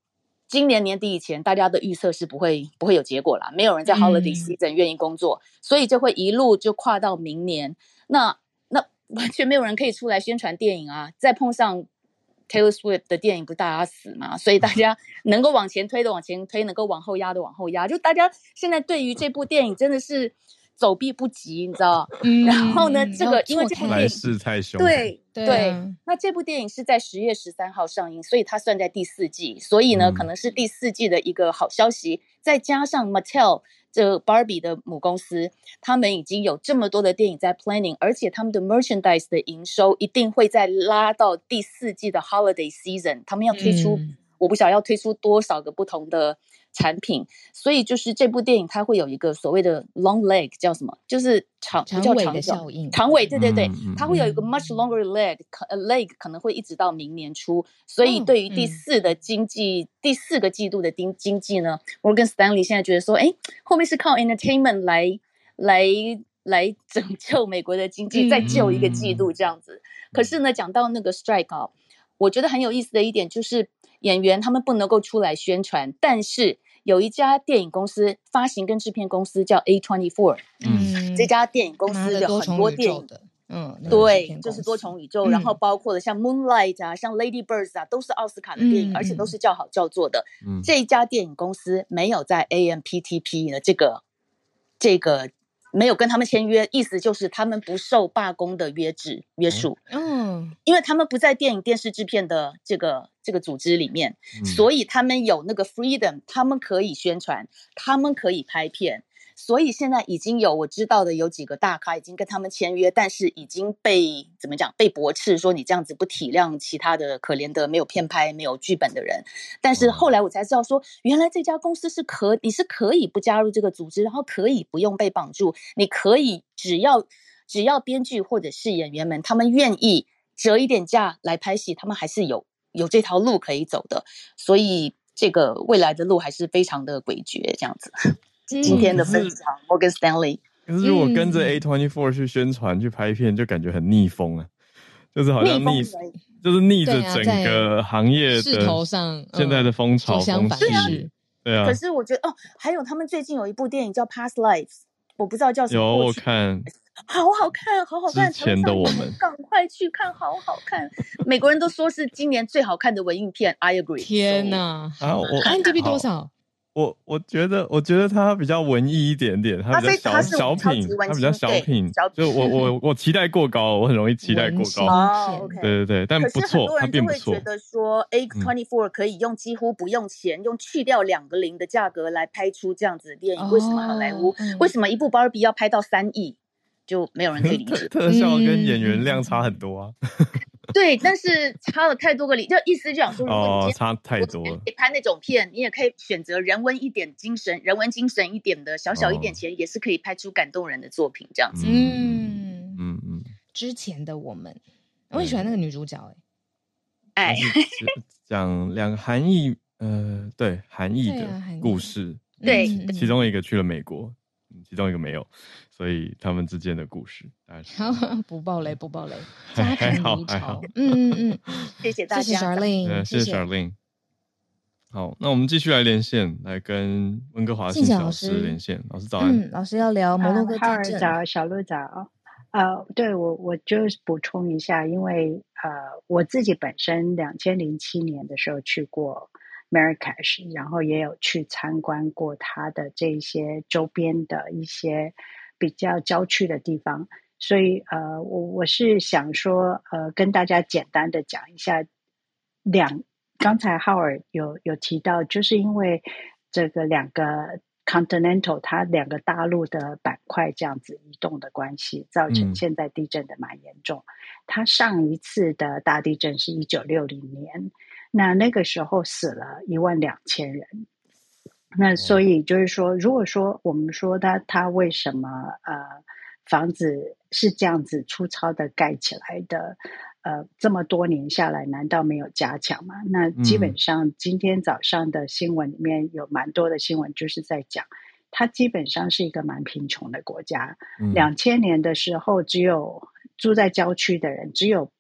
今年年底以前，大家的预测是不会不会有结果啦，没有人在 holiday season 愿意工作，嗯、所以就会一路就跨到明年。那那完全没有人可以出来宣传电影啊！再碰上 Taylor Swift 的电影，不大家死嘛？所以大家能够往前推的往前推，能够往后压的往后压。就大家现在对于这部电影真的是走避不及，你知道？嗯、然后呢，这个因为这部电影来势太凶， 对。 对, 对，那这部电影是在十月十三号上映，所以它算在第四季，所以呢，嗯、可能是第四季的一个好消息。再加上 Mattel 这 Barbie 的母公司，他们已经有这么多的电影在 planning， 而且他们的 merchandise 的营收一定会再拉到第四季的 holiday season， 他们要推出，嗯、我不晓得要推出多少个不同的产品，所以就是这部电影它会有一个所谓的 long leg， 叫什么？就是长长尾的效应， 长尾，对对对，嗯、它会有一个 much longer leg， 嗯、leg 可能会一直到明年初，所以对于第四的经济，哦嗯、第四个季度的经经济呢 ，Morgan Stanley 现在觉得说，哎，会不会是靠 entertainment 来来来拯救美国的经济，嗯、再救一个季度这样子？可是呢，讲到那个 strike 啊，我觉得很有意思的一点就是。演员他们不能够出来宣传，但是有一家电影公司发行跟制片公司叫 A 二十四， 嗯，这家电影公司有很多电影的， 嗯， 对，就是多重宇宙，嗯、然后包括了像 Moonlight 啊，像 Lady Birds 啊，都是奥斯卡的电影，嗯、而且都是叫好叫座的。嗯，这一家电影公司没有在 A M P T P 的这个这个。没有跟他们签约，意思就是他们不受罢工的约制约束。嗯，因为他们不在电影电视制片的这个这个组织里面，嗯、所以他们有那个 freedom， 他们可以宣传，他们可以拍片。所以现在已经有我知道的有几个大咖已经跟他们签约，但是已经被怎么讲被驳斥，说你这样子不体谅其他的可怜的没有片拍没有剧本的人。但是后来我才知道说，原来这家公司是可你是可以不加入这个组织，然后可以不用被绑住，你可以只要只要编剧或者是演员们他们愿意折一点价来拍戏，他们还是有有这条路可以走的。所以这个未来的路还是非常的诡谲，这样子。今天的分享 Morgan Stanley， 可是如果跟着 A 二十四 去宣传去拍片，就感觉很逆风啊，就是好像逆就是逆着整个行业的势头上现在的风潮风气，对啊。 可是我觉得哦，还有他们最近有一部电影叫 Past Lives， 我不知道叫什么， 有我看， 好好看，好好看， 之前的我们赶快去看，好好看，美国人都说是今年最好看的文艺片 I agree。 天哪， 啊，我 I M D B 多少？ 我我觉得，我觉得他比较文艺一点点，他比较小小品，他比较小品，就我我我期待过高，我很容易期待过高。 哦 ，OK， 对对对，但不错，他并不错。 很多人就会觉得说 A 二十四 可以用几乎不用钱，用去掉两个零的价格来拍出这样子的电影，为什么好莱坞，为什么一部 Barbie 要拍到三亿，就没有人可以理解。 特效跟演员量差很多啊。 对，但是差了太多个理，就意思就讲说，如果你今天差太多了， 你拍那种片，你也可以选择人文一点、精神人文精神一点的，小小一点钱，也是可以拍出感动人的作品，这样子。 嗯嗯嗯。之前的我们，我很喜欢那个女主角、欸， 哎， 讲两个韩裔，呃，对韩裔的故事， 对， 其中一个去了美国，其中一个没有。所以他们之间的故事， 不爆雷，不爆雷，家庭离巢。嗯嗯嗯， 谢谢大家， 谢谢 Charlene， 谢谢 Charlene。好，那我们继续来连线，来跟温哥华信小老师连线。老师早安。 嗯，老师要聊摩洛哥地震。 呃、早，小鹿早。呃，对我我就补充一下，因为呃我自己本身两千零七年的时候去过 Marrakesh， 然后也有去参观过它的这些周边的一些比较郊区的地方，所以呃，我我是想说，呃，跟大家简单的讲一下两，刚才浩尔有有提到，就是因为这个两个 continental 它两个大陆的板块这样子移动的关系，造成现在地震的蛮严重。嗯、它上一次的大地震是一九六零年，那那个时候死了一万两千人。那所以就是说，如果说我们说它它为什么呃房子是这样子粗糙的盖起来的，呃这么多年下来难道没有加强吗？那基本上今天早上的新闻里面有蛮多的新闻就是在讲，它基本上是一个蛮贫穷的国家。两千、嗯、年的时候，只有住在郊区的人只有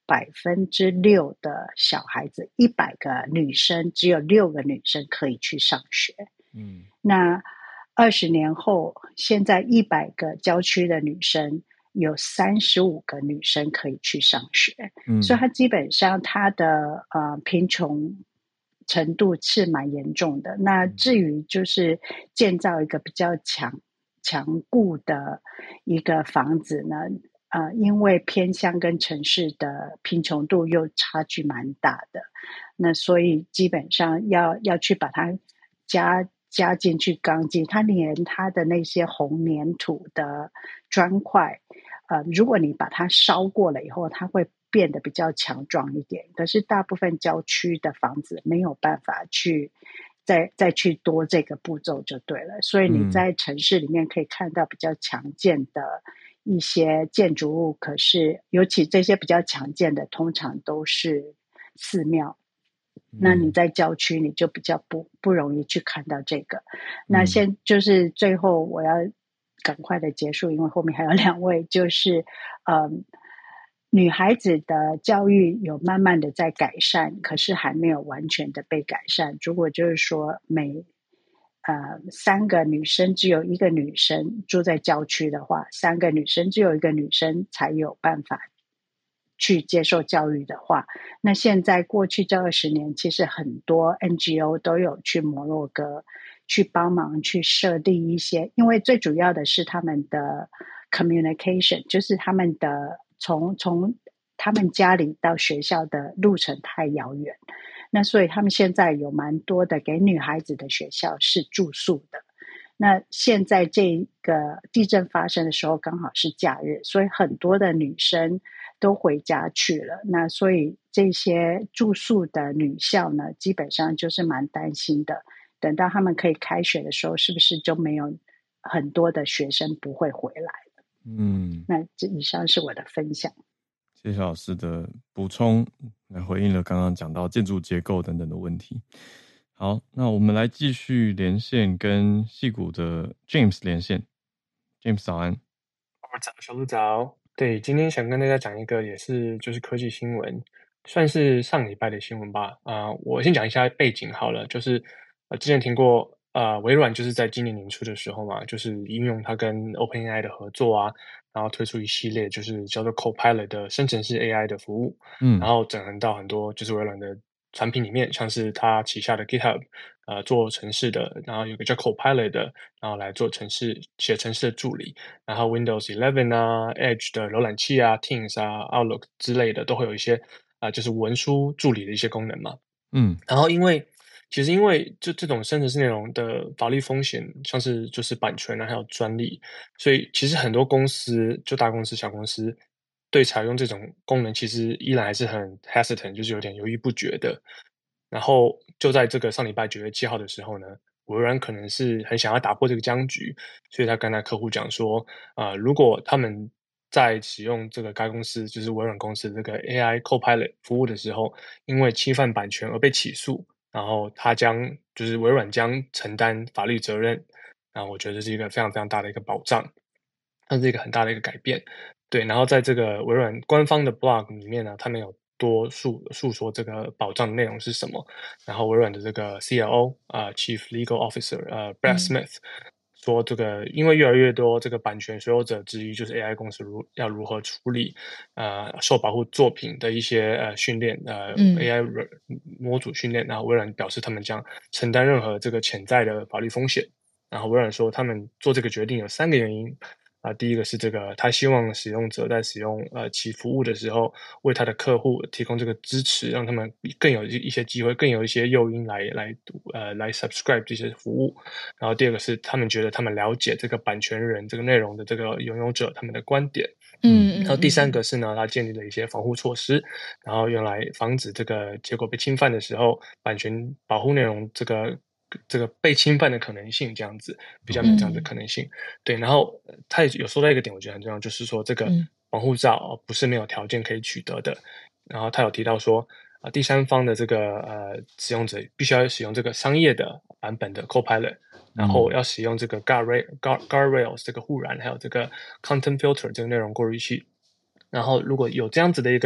百分之六的小孩子，一百个女生只有六个女生可以去上学。 嗯， 那二十年后，现在一百个郊区的女生，有三十五个女生可以去上学。嗯，所以它基本上它的呃贫穷程度是蛮严重的。那至于就是建造一个比较强强固的一个房子呢，呃，因为偏乡跟城市的贫穷度又差距蛮大的，那所以基本上要要去把它加加进去钢筋，它连它的那些红粘土的砖块，呃，如果你把它烧过了以后，它会变得比较强壮一点。可是大部分郊区的房子没有办法去再再去多这个步骤就对了。所以你在城市里面可以看到比较强健的一些建筑物，可是尤其这些比较强健的，通常都是寺庙。那你在郊区你就比较不不容易去看到这个。那现就是最后我要赶快的结束，因为后面还有两位，就是嗯，女孩子的教育有慢慢的在改善，可是还没有完全的被改善。如果就是说每呃三个女生只有一个女生住在郊区的话，三个女生只有一个女生才有办法去接受教育的话，那现在过去这二十年，其实很多 N G O 都有去摩洛哥去帮忙去设立一些，因为最主要的是他们的 communication， 就是他们的从从他们家里到学校的路程太遥远，那所以他们现在有蛮多的给女孩子的学校是住宿的。那现在这个地震发生的时候刚好是假日，所以很多的女生都回家去了。那所以这些住宿的女校呢，基本上就是蛮担心的，等到他们可以开学的时候，是不是就没有很多的学生不会回来了？嗯，那这以上是我的分享。 谢谢老师的补充，来回应了刚刚讲到建筑结构等等的问题。好，那我们来继续连线跟矽谷的 James 连线。James 早安。 早，小鹿早。对，今天想跟大家讲一个也是就是科技新闻，算是上礼拜的新闻吧。啊、呃，我先讲一下背景好了，就是呃之前听过呃微软就是在今年年初的时候嘛，就是应用它跟 OpenAI 的合作啊，然后推出一系列就是叫做 Copilot 的生成式 A I 的服务，嗯，然后整合到很多就是微软的产品里面，像是它旗下的 GitHub， 呃，做程式的，然后有个叫 Copilot 的，然后来做程式写程式的助理，然后 Windows 十一啊 Edge 的浏览器啊 Teams 啊 Outlook 之类的都会有一些啊、呃，就是文书助理的一些功能嘛。嗯，然后因为其实因为就这种生成式内容的法律风险，像是就是版权啊还有专利，所以其实很多公司就大公司小公司对采用这种功能其实依然还是很 hesitant， 就是有点犹豫不决的。然后就在这个上礼拜九月七号的时候呢，微软可能是很想要打破这个僵局，所以他跟他客户讲说，啊、呃，如果他们在使用这个该公司就是微软公司这个 A I Copilot 服务的时候，因为侵犯版权而被起诉，然后他将就是微软将承担法律责任。啊，我觉得这是一个非常非常大的一个保障，它是一个很大的一个改变。对，然后在这个微软官方的 blog 里面呢，他们有多述述说这个保障的内容是什么。然后微软的这个 C L O 啊、呃、Chief Legal Officer 呃 Brad Smith、嗯、说，这个因为越来越多这个版权所有者之一就是 A I 公司如要如何处理呃受保护作品的一些呃训练呃、嗯、A I 模组训练，然后微软表示他们将承担任何这个潜在的法律风险。然后微软说他们做这个决定有三个原因。啊、呃，第一个是这个，他希望使用者在使用呃其服务的时候，为他的客户提供这个支持，让他们更有一些机会，更有一些诱因来来呃来 subscribe 这些服务。然后第二个是他们觉得他们了解这个版权人这个内容的这个拥有者他们的观点。嗯，然后第三个是呢，他建立了一些防护措施，然后用来防止这个结果被侵犯的时候，版权保护内容这个。这个被侵犯的可能性，这样子比较没有这样的可能性。嗯、对，然后他也有说到一个点，我觉得很重要，就是说这个防护罩不是没有条件可以取得的。然后他有提到说，啊、呃，第三方的这个呃使用者必须要使用这个商业的版本的 Copilot， 然后要使用这个 Guardrail Guardrails 这个护栏，还有这个 Content Filter 这个内容过滤器。然后如果有这样子的一个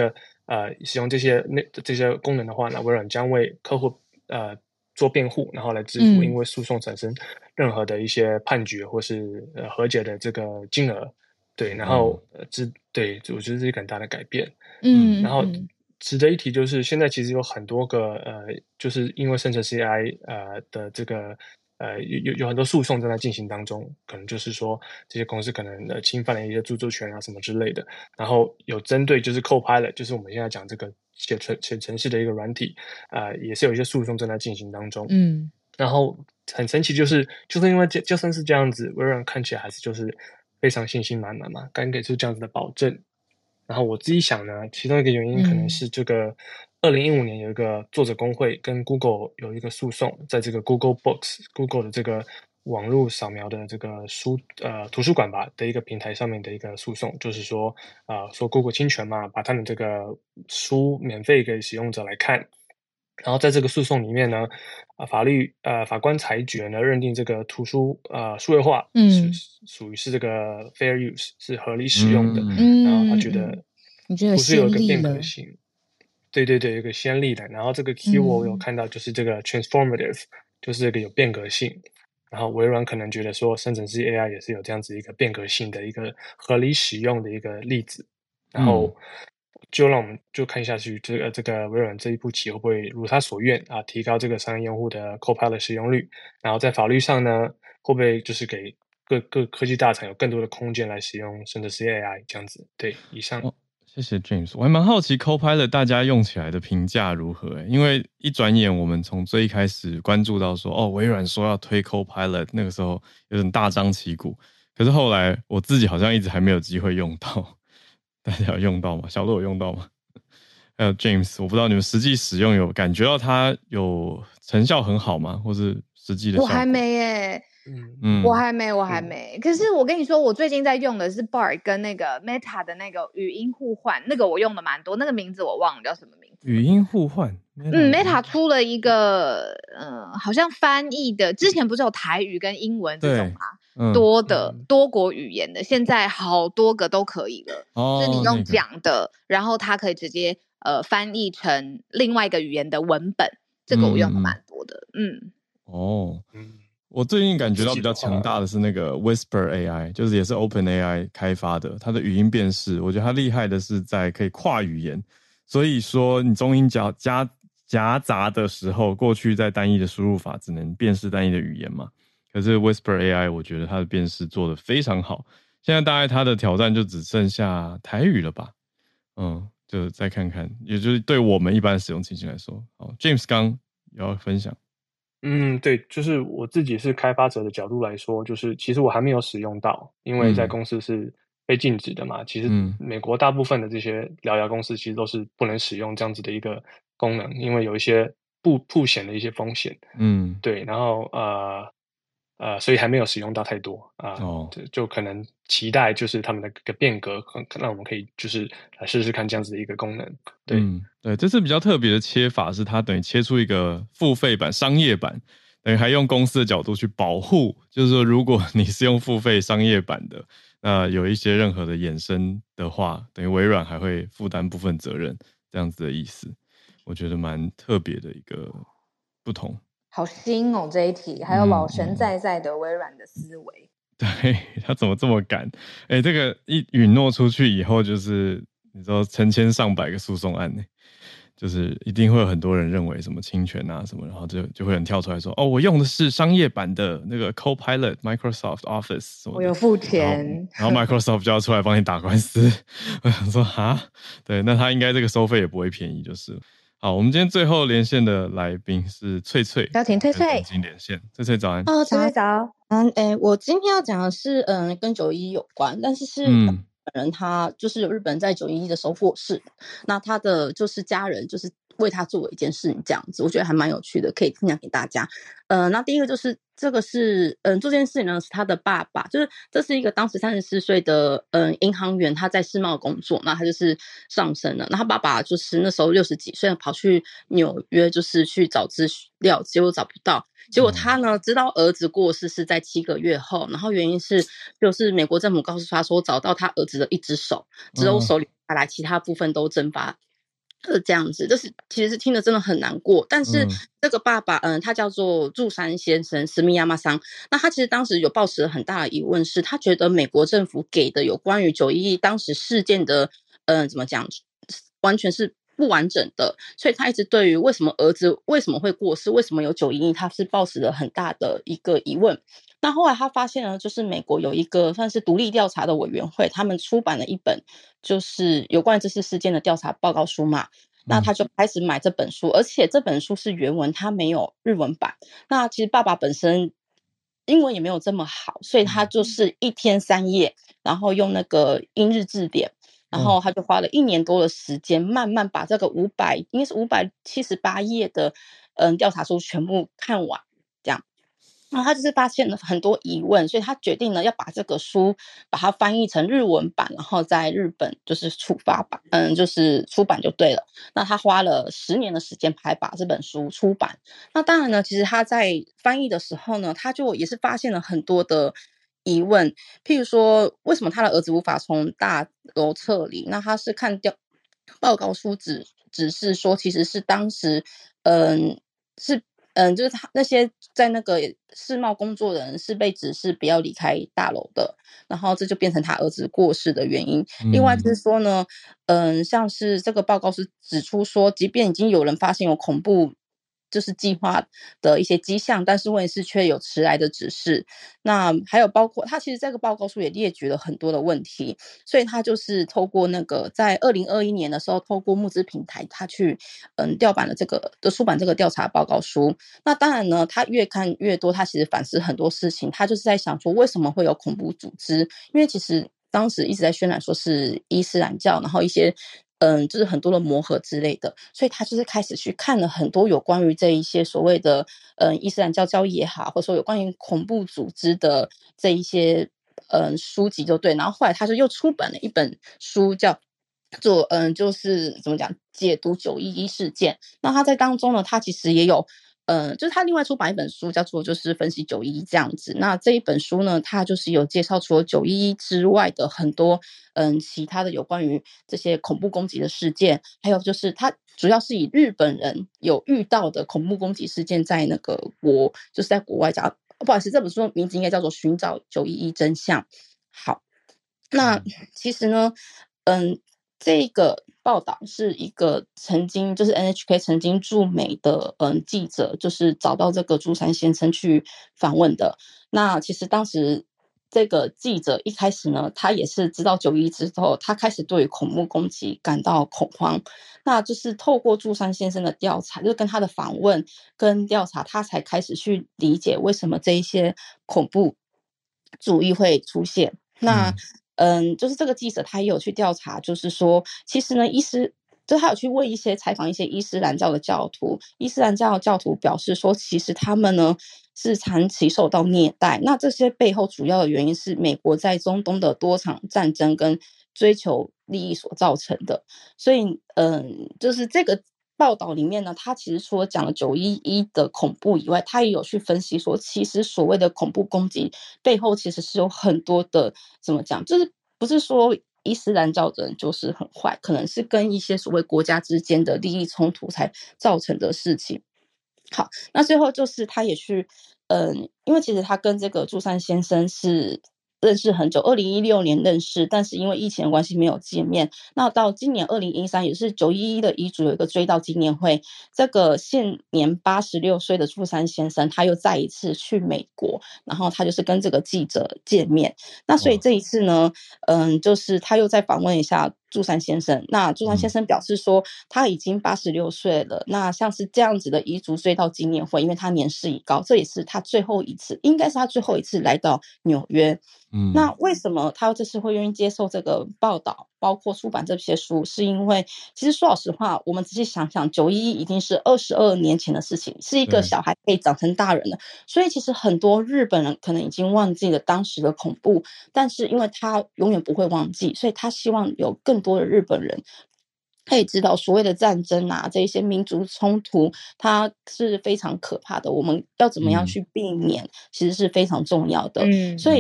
呃使用这些那这些功能的话呢，微软将为客户呃做辩护，然后来支付因为诉讼产生任何的一些判决或是呃和解的这个金额。对，然后呃，这对，我觉得是一个很大的改变。 嗯， 然后值得一提就是，现在其实有很多个呃，就是因为生成式 A I 呃的这个呃有有很多诉讼正在进行当中，可能就是说这些公司可能呃侵犯了一些著作权啊什么之类的，然后有针对就是 Copilot， 就是我们现在讲这个写程写程式的一个软体，呃，也是有一些诉讼正在进行当中。 嗯， 然后很神奇，就是就是因为就就算是这样子，微软看起来还是就是非常信心满满嘛，敢给出这样子的保证。然后我自己想呢，其中一个原因可能是这个二零一五年有一个作者工会跟 Google 有一个诉讼，在这个 Google Books Google 的这个网络扫描的这个书呃图书馆吧的一个平台上面的一个诉讼，就是说啊、呃、说 Google 侵权嘛，把他们这个书免费给使用者来看。然后在这个诉讼里面呢，啊，法律呃法官裁决呢，认定这个图书呃数位化是属于是这个 fair use 是合理使用的， 嗯， 然后他觉得你觉得图书有一个变了革性，对对对，有一个先例的。然后这个 keyword 我有看到就是这个 transformative，就是这个有变革性。然后微软可能觉得说生成式 A I 也是有这样子一个变革性的一个合理使用的一个例子，然后。就让我们就看下去，这个这个微软这一步棋会不会如他所愿啊，提高这个商业用户的 Copilot 使用率？然后在法律上呢，会不会就是给各各科技大厂有更多的空间来使用生成式 A I 这样子？对，以上。 哦，谢谢 James， 我还蛮好奇 Copilot 大家用起来的评价如何欸？因为一转眼我们从最一开始关注到说，哦，微软说要推 Copilot， 那个时候有点大张旗鼓，可是后来我自己好像一直还没有机会用到。大家有用到吗？小鹿有用到吗？还有 James， 我不知道你们实际使用有感觉到它有成效很好吗？或是实际的效果？ 我还没耶、欸，嗯，我还没，我还没。嗯、可是我跟你说，我最近在用的是 Bard 跟那个 Meta 的那个语音互换，那个我用的蛮多，那个名字我忘了叫什么名字。 语音互换， 嗯 ，Meta 出了一个，嗯、呃，好像翻译的，之前不是有台语跟英文这种吗？嗯、多的多国语言的，现在好多个都可以了。哦，就是你用讲的，那个、然后它可以直接呃翻译成另外一个语言的文本，这个我用的蛮多的。嗯，嗯哦，嗯，我最近感觉到比较强大的是那个 Whisper A I， 就是也是 OpenAI 开发的，它的语音辨识，我觉得它厉害的是在可以跨语言，所以说你中英夹夹夹杂的时候，过去在单一的输入法只能辨识单一的语言嘛。可是 Whisper A I 我觉得它的辨识做得非常好，现在大概它的挑战就只剩下台语了吧，嗯，就再看看，也就是对我们一般使用情形来说。好 James 刚要分享。 嗯，对，就是我自己是开发者的角度来说，就是其实我还没有使用到，因为在公司是被禁止的嘛。嗯、其实美国大部分的这些聊聊公司其实都是不能使用这样子的一个功能，因为有一些不曝险的一些风险。嗯，对，然后呃。呃，所以还没有使用到太多啊，呃哦、就, 就可能期待就是他们的个变革，可让我们可以就是来试试看这样子的一个功能。对， 嗯，对，这次比较特别的切法是它等于切出一个付费版、商业版，等于还用公司的角度去保护，就是说如果你是用付费商业版的，那有一些任何的衍生的话，等于微软还会负担部分责任，这样子的意思，我觉得蛮特别的一个不同。 好新哦，这一题还有老神在在的微软的思维。 嗯、对，他怎么这么敢？哎，这个一允诺出去以后，就是你说成千上百个诉讼案呢，就是一定会有很多人认为什么侵权啊什么，然后就就会很跳出来说，哦，我用的是商业版的那个 Copilot Microsoft Office 什么的， 我有付钱， 然后, 然后 Microsoft 就要出来帮你打官司。我想说哈，对，那他应该这个收费也不会便宜，就是了。好，我们今天最后连线的来宾是翠翠， 邀请翠翠， 已经连线。翠翠早安。 哦， 早早。 嗯，诶，我今天要讲的是，嗯，跟九一有关，但是是日本人他就是有日本人在九一一的时候过世，那他的就是家人就是为他做了一件事情，这样子，我觉得还蛮有趣的，可以分享给大家。呃，那第一个就是这个是，嗯，这件事情呢是他的爸爸，就是这是一个当时三十四岁的，嗯，银行员，他在世贸工作，那他就是上升了，那他爸爸就是那时候六十几岁，跑去纽约就是去找资料，结果找不到，结果他呢知道儿子过世是在七个月后，然后原因是就是美国政府告诉他说找到他儿子的一只手，只有手留下来，其他部分都蒸发。 是这样子，就是其实听得真的很难过。但是这个爸爸，嗯，他叫做柱山先生，史密亚马桑。那他其实当时有抱持了很大的疑问，是他觉得美国政府给的有关于九一一当时事件的，嗯，怎么讲，完全是不完整的，所以他一直对于为什么儿子为什么会过世，为什么有九一一，他是抱持了很大的一个疑问。那后来他发现呢，就是美国有一个算是独立调查的委员会，他们出版了一本就是有关于这次事件的调查报告书嘛。那他就开始买这本书，而且这本书是原文，他没有日文版。那其实爸爸本身英文也没有这么好，所以他就是一天三夜，然后用那个英日字典，然后他就花了一年多的时间，慢慢把这个五百应该是五百七十八页的嗯调查书全部看完，这样。然后他就是发现了很多疑问，所以他决定呢要把这个书把它翻译成日文版，然后在日本就是出发版，嗯，就是出版就对了。那他花了十年的时间才把这本书出版。那当然呢，其实他在翻译的时候呢，他就也是发现了很多的疑问，譬如说为什么他的儿子无法从大楼撤离？那他是看掉报告书指指示说，其实是当时，嗯，是。嗯，就是他那些在那个世贸工作的人是被指示不要离开大楼的，然后这就变成他儿子过世的原因。嗯、另外就是说呢，嗯，像是这个报告是指出说，即便已经有人发现有恐怖就是计划的一些迹象，但是问题是却有迟来的指示。那还有包括他其实这个报告书也列举了很多的问题，所以他就是透过那个在二零二一年的时候，透过募资平台，他去嗯调版了这个的出版这个调查报告书。那当然呢，他越看越多，他其实反思很多事情，他就是在想说为什么会有恐怖组织，因为其实当时一直在渲染说是伊斯兰教，然后一些嗯，就是很多的磨合之类的，所以他就是开始去看了很多有关于这一些所谓的嗯伊斯兰教教义也好，或者说有关于恐怖组织的这一些嗯书籍就对，然后后来他就又出版了一本书叫做嗯就是怎么讲解读九一一事件。那他在当中呢，他其实也有呃，就是他另外出版一本书叫做就是分析九一一这样子。那这一本书呢，他就是有介绍除了九一一之外的很多嗯其他的有关于这些恐怖攻击的事件，还有就是他主要是以日本人有遇到的恐怖攻击事件在那个国就是在国外讲，不好意思，这本书的名字应该叫做寻找九一一真相。好，那其实呢嗯这个报道是一个曾经就是 N H K 曾经驻美的嗯记者，就是找到这个朱山先生去访问的。那其实当时这个记者一开始呢，他也是知道九一之后，他开始对恐怖攻击感到恐慌。那就是透过朱山先生的调查，就是跟他的访问跟调查，他才开始去理解为什么这一些恐怖主义会出现。那嗯嗯，就是这个记者他也有去调查，就是说，其实呢，伊斯就他有去问一些采访一些伊斯兰教的教徒，伊斯兰教的教徒表示说，其实他们呢是长期受到虐待。那这些背后主要的原因是美国在中东的多场战争跟追求利益所造成的。所以，嗯，就是这个报道里面呢，他其实除了讲了九一一的恐怖以外，他也有去分析说，其实所谓的恐怖攻击背后其实是有很多的怎么讲，就是不是说伊斯兰教的人就是很坏，可能是跟一些所谓国家之间的利益冲突才造成的事情。好，那最后就是他也去，嗯，因为其实他跟这个朱山先生是认识很久，二零一六年认识，但是因为疫情的关系没有见面。那到今年二零一三，也是九一一的遗嘱有一个追悼纪念会，这个现年八十六岁的朱山先生，他又再一次去美国，然后他就是跟这个记者见面。那所以这一次呢，嗯，就是他又再访问一下朱山先生。那朱山先生表示说，他已经八十六岁了。那像是这样子的遗嘱追悼纪念会，因为他年事已高，这也是他最后一次，应该是他最后一次来到纽约。嗯，那为什么他这次会愿意接受这个报道，包括出版这些书，是因为其实说老实话，我们仔细想想，九一一已经是二十二年前的事情，是一个小孩可以长成大人了，所以其实很多日本人可能已经忘记了当时的恐怖，但是因为他永远不会忘记，所以他希望有更多的日本人可以知道所谓的战争啊，这些民族冲突它是非常可怕的，我们要怎么样去避免、嗯、其实是非常重要的、嗯、所以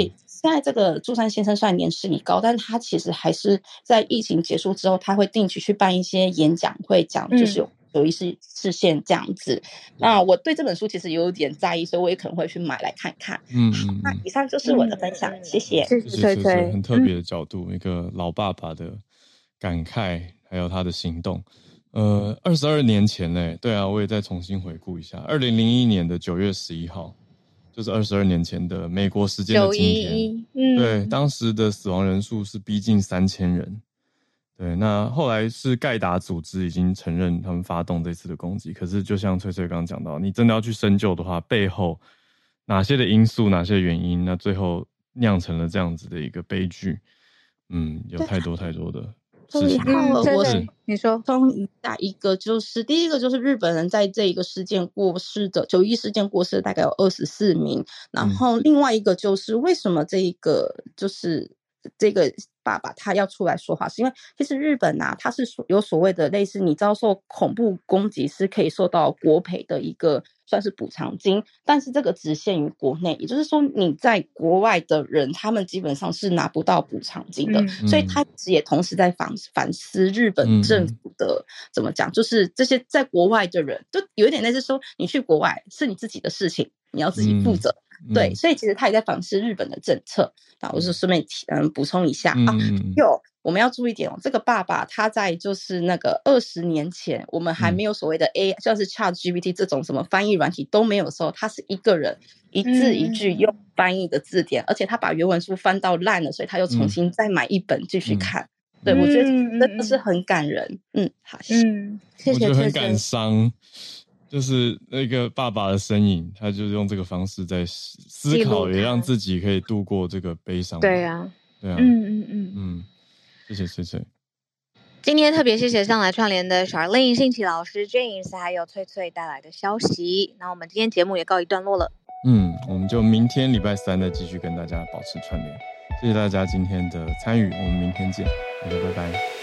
现在这个朱珊先生虽然年事已高，但是他其实还是在疫情结束之后，他会定期去办一些演讲会，讲就是有九一事事件这样子。那我对这本书其实有点在意，所以我也可能会去买来看看。嗯嗯，那以上就是我的分享，嗯、谢谢。 谢谢翠翠， 很特别的角度，嗯、一个老爸爸的感慨，还有他的行动。呃，二十二年前嘞，对啊，我也再重新回顾一下，二零零一年的九月十一号，就是二十二年前的美国时间的今天。嗯，对，当时的死亡人数是逼近三千人。对，那后来是盖达组织已经承认他们发动这次的攻击，可是就像翠翠刚刚讲到，你真的要去深究的话，背后哪些的因素，哪些的原因，那最后酿成了这样子的一个悲剧。嗯，有太多太多的事情。 嗯，我你说， 从下一个就是第一个就是日本人在这一个事件过世的九一事件过世的大概有二十四名，然后另外一个就是为什么这一个就是这个爸爸他要出来说话，是因为其实日本啊，他是有所谓的类似你遭受恐怖攻击是可以受到国赔的一个算是补偿金，但是这个只限于国内，也就是说你在国外的人他们基本上是拿不到补偿金的、嗯、所以他也同时在反反思日本政府的、嗯、怎么讲，就是这些在国外的人就有一点类似说你去国外是你自己的事情，你要自己负责、嗯、对，所以其实他也在反思日本的政策。那我是顺便嗯补充一下、嗯、啊，有我们要注意点哦，这个爸爸他在就是那个二十年前，我们还没有所谓的 A，、嗯、像是 ChatGPT 这种什么翻译软体都没有的时候，他是一个人一字一句用翻译的字典、嗯、而且他把原文书翻到烂了，所以他又重新再买一本继续看、嗯、对、嗯、我觉得真的是很感人。嗯，好，嗯， 谢谢。我觉得很感伤，就是那个爸爸的身影，他就是用这个方式在思考，也让自己可以度过这个悲伤。 对啊， 对啊， 嗯嗯嗯嗯，谢谢翠翠。 今天特别谢谢上来串联的 Charlene、信奇老师、James 还有翠翠带来的消息。那我们今天节目也告一段落了。 嗯，我们就明天礼拜三再继续跟大家保持串联。谢谢大家今天的参与，我们明天见，大家拜拜。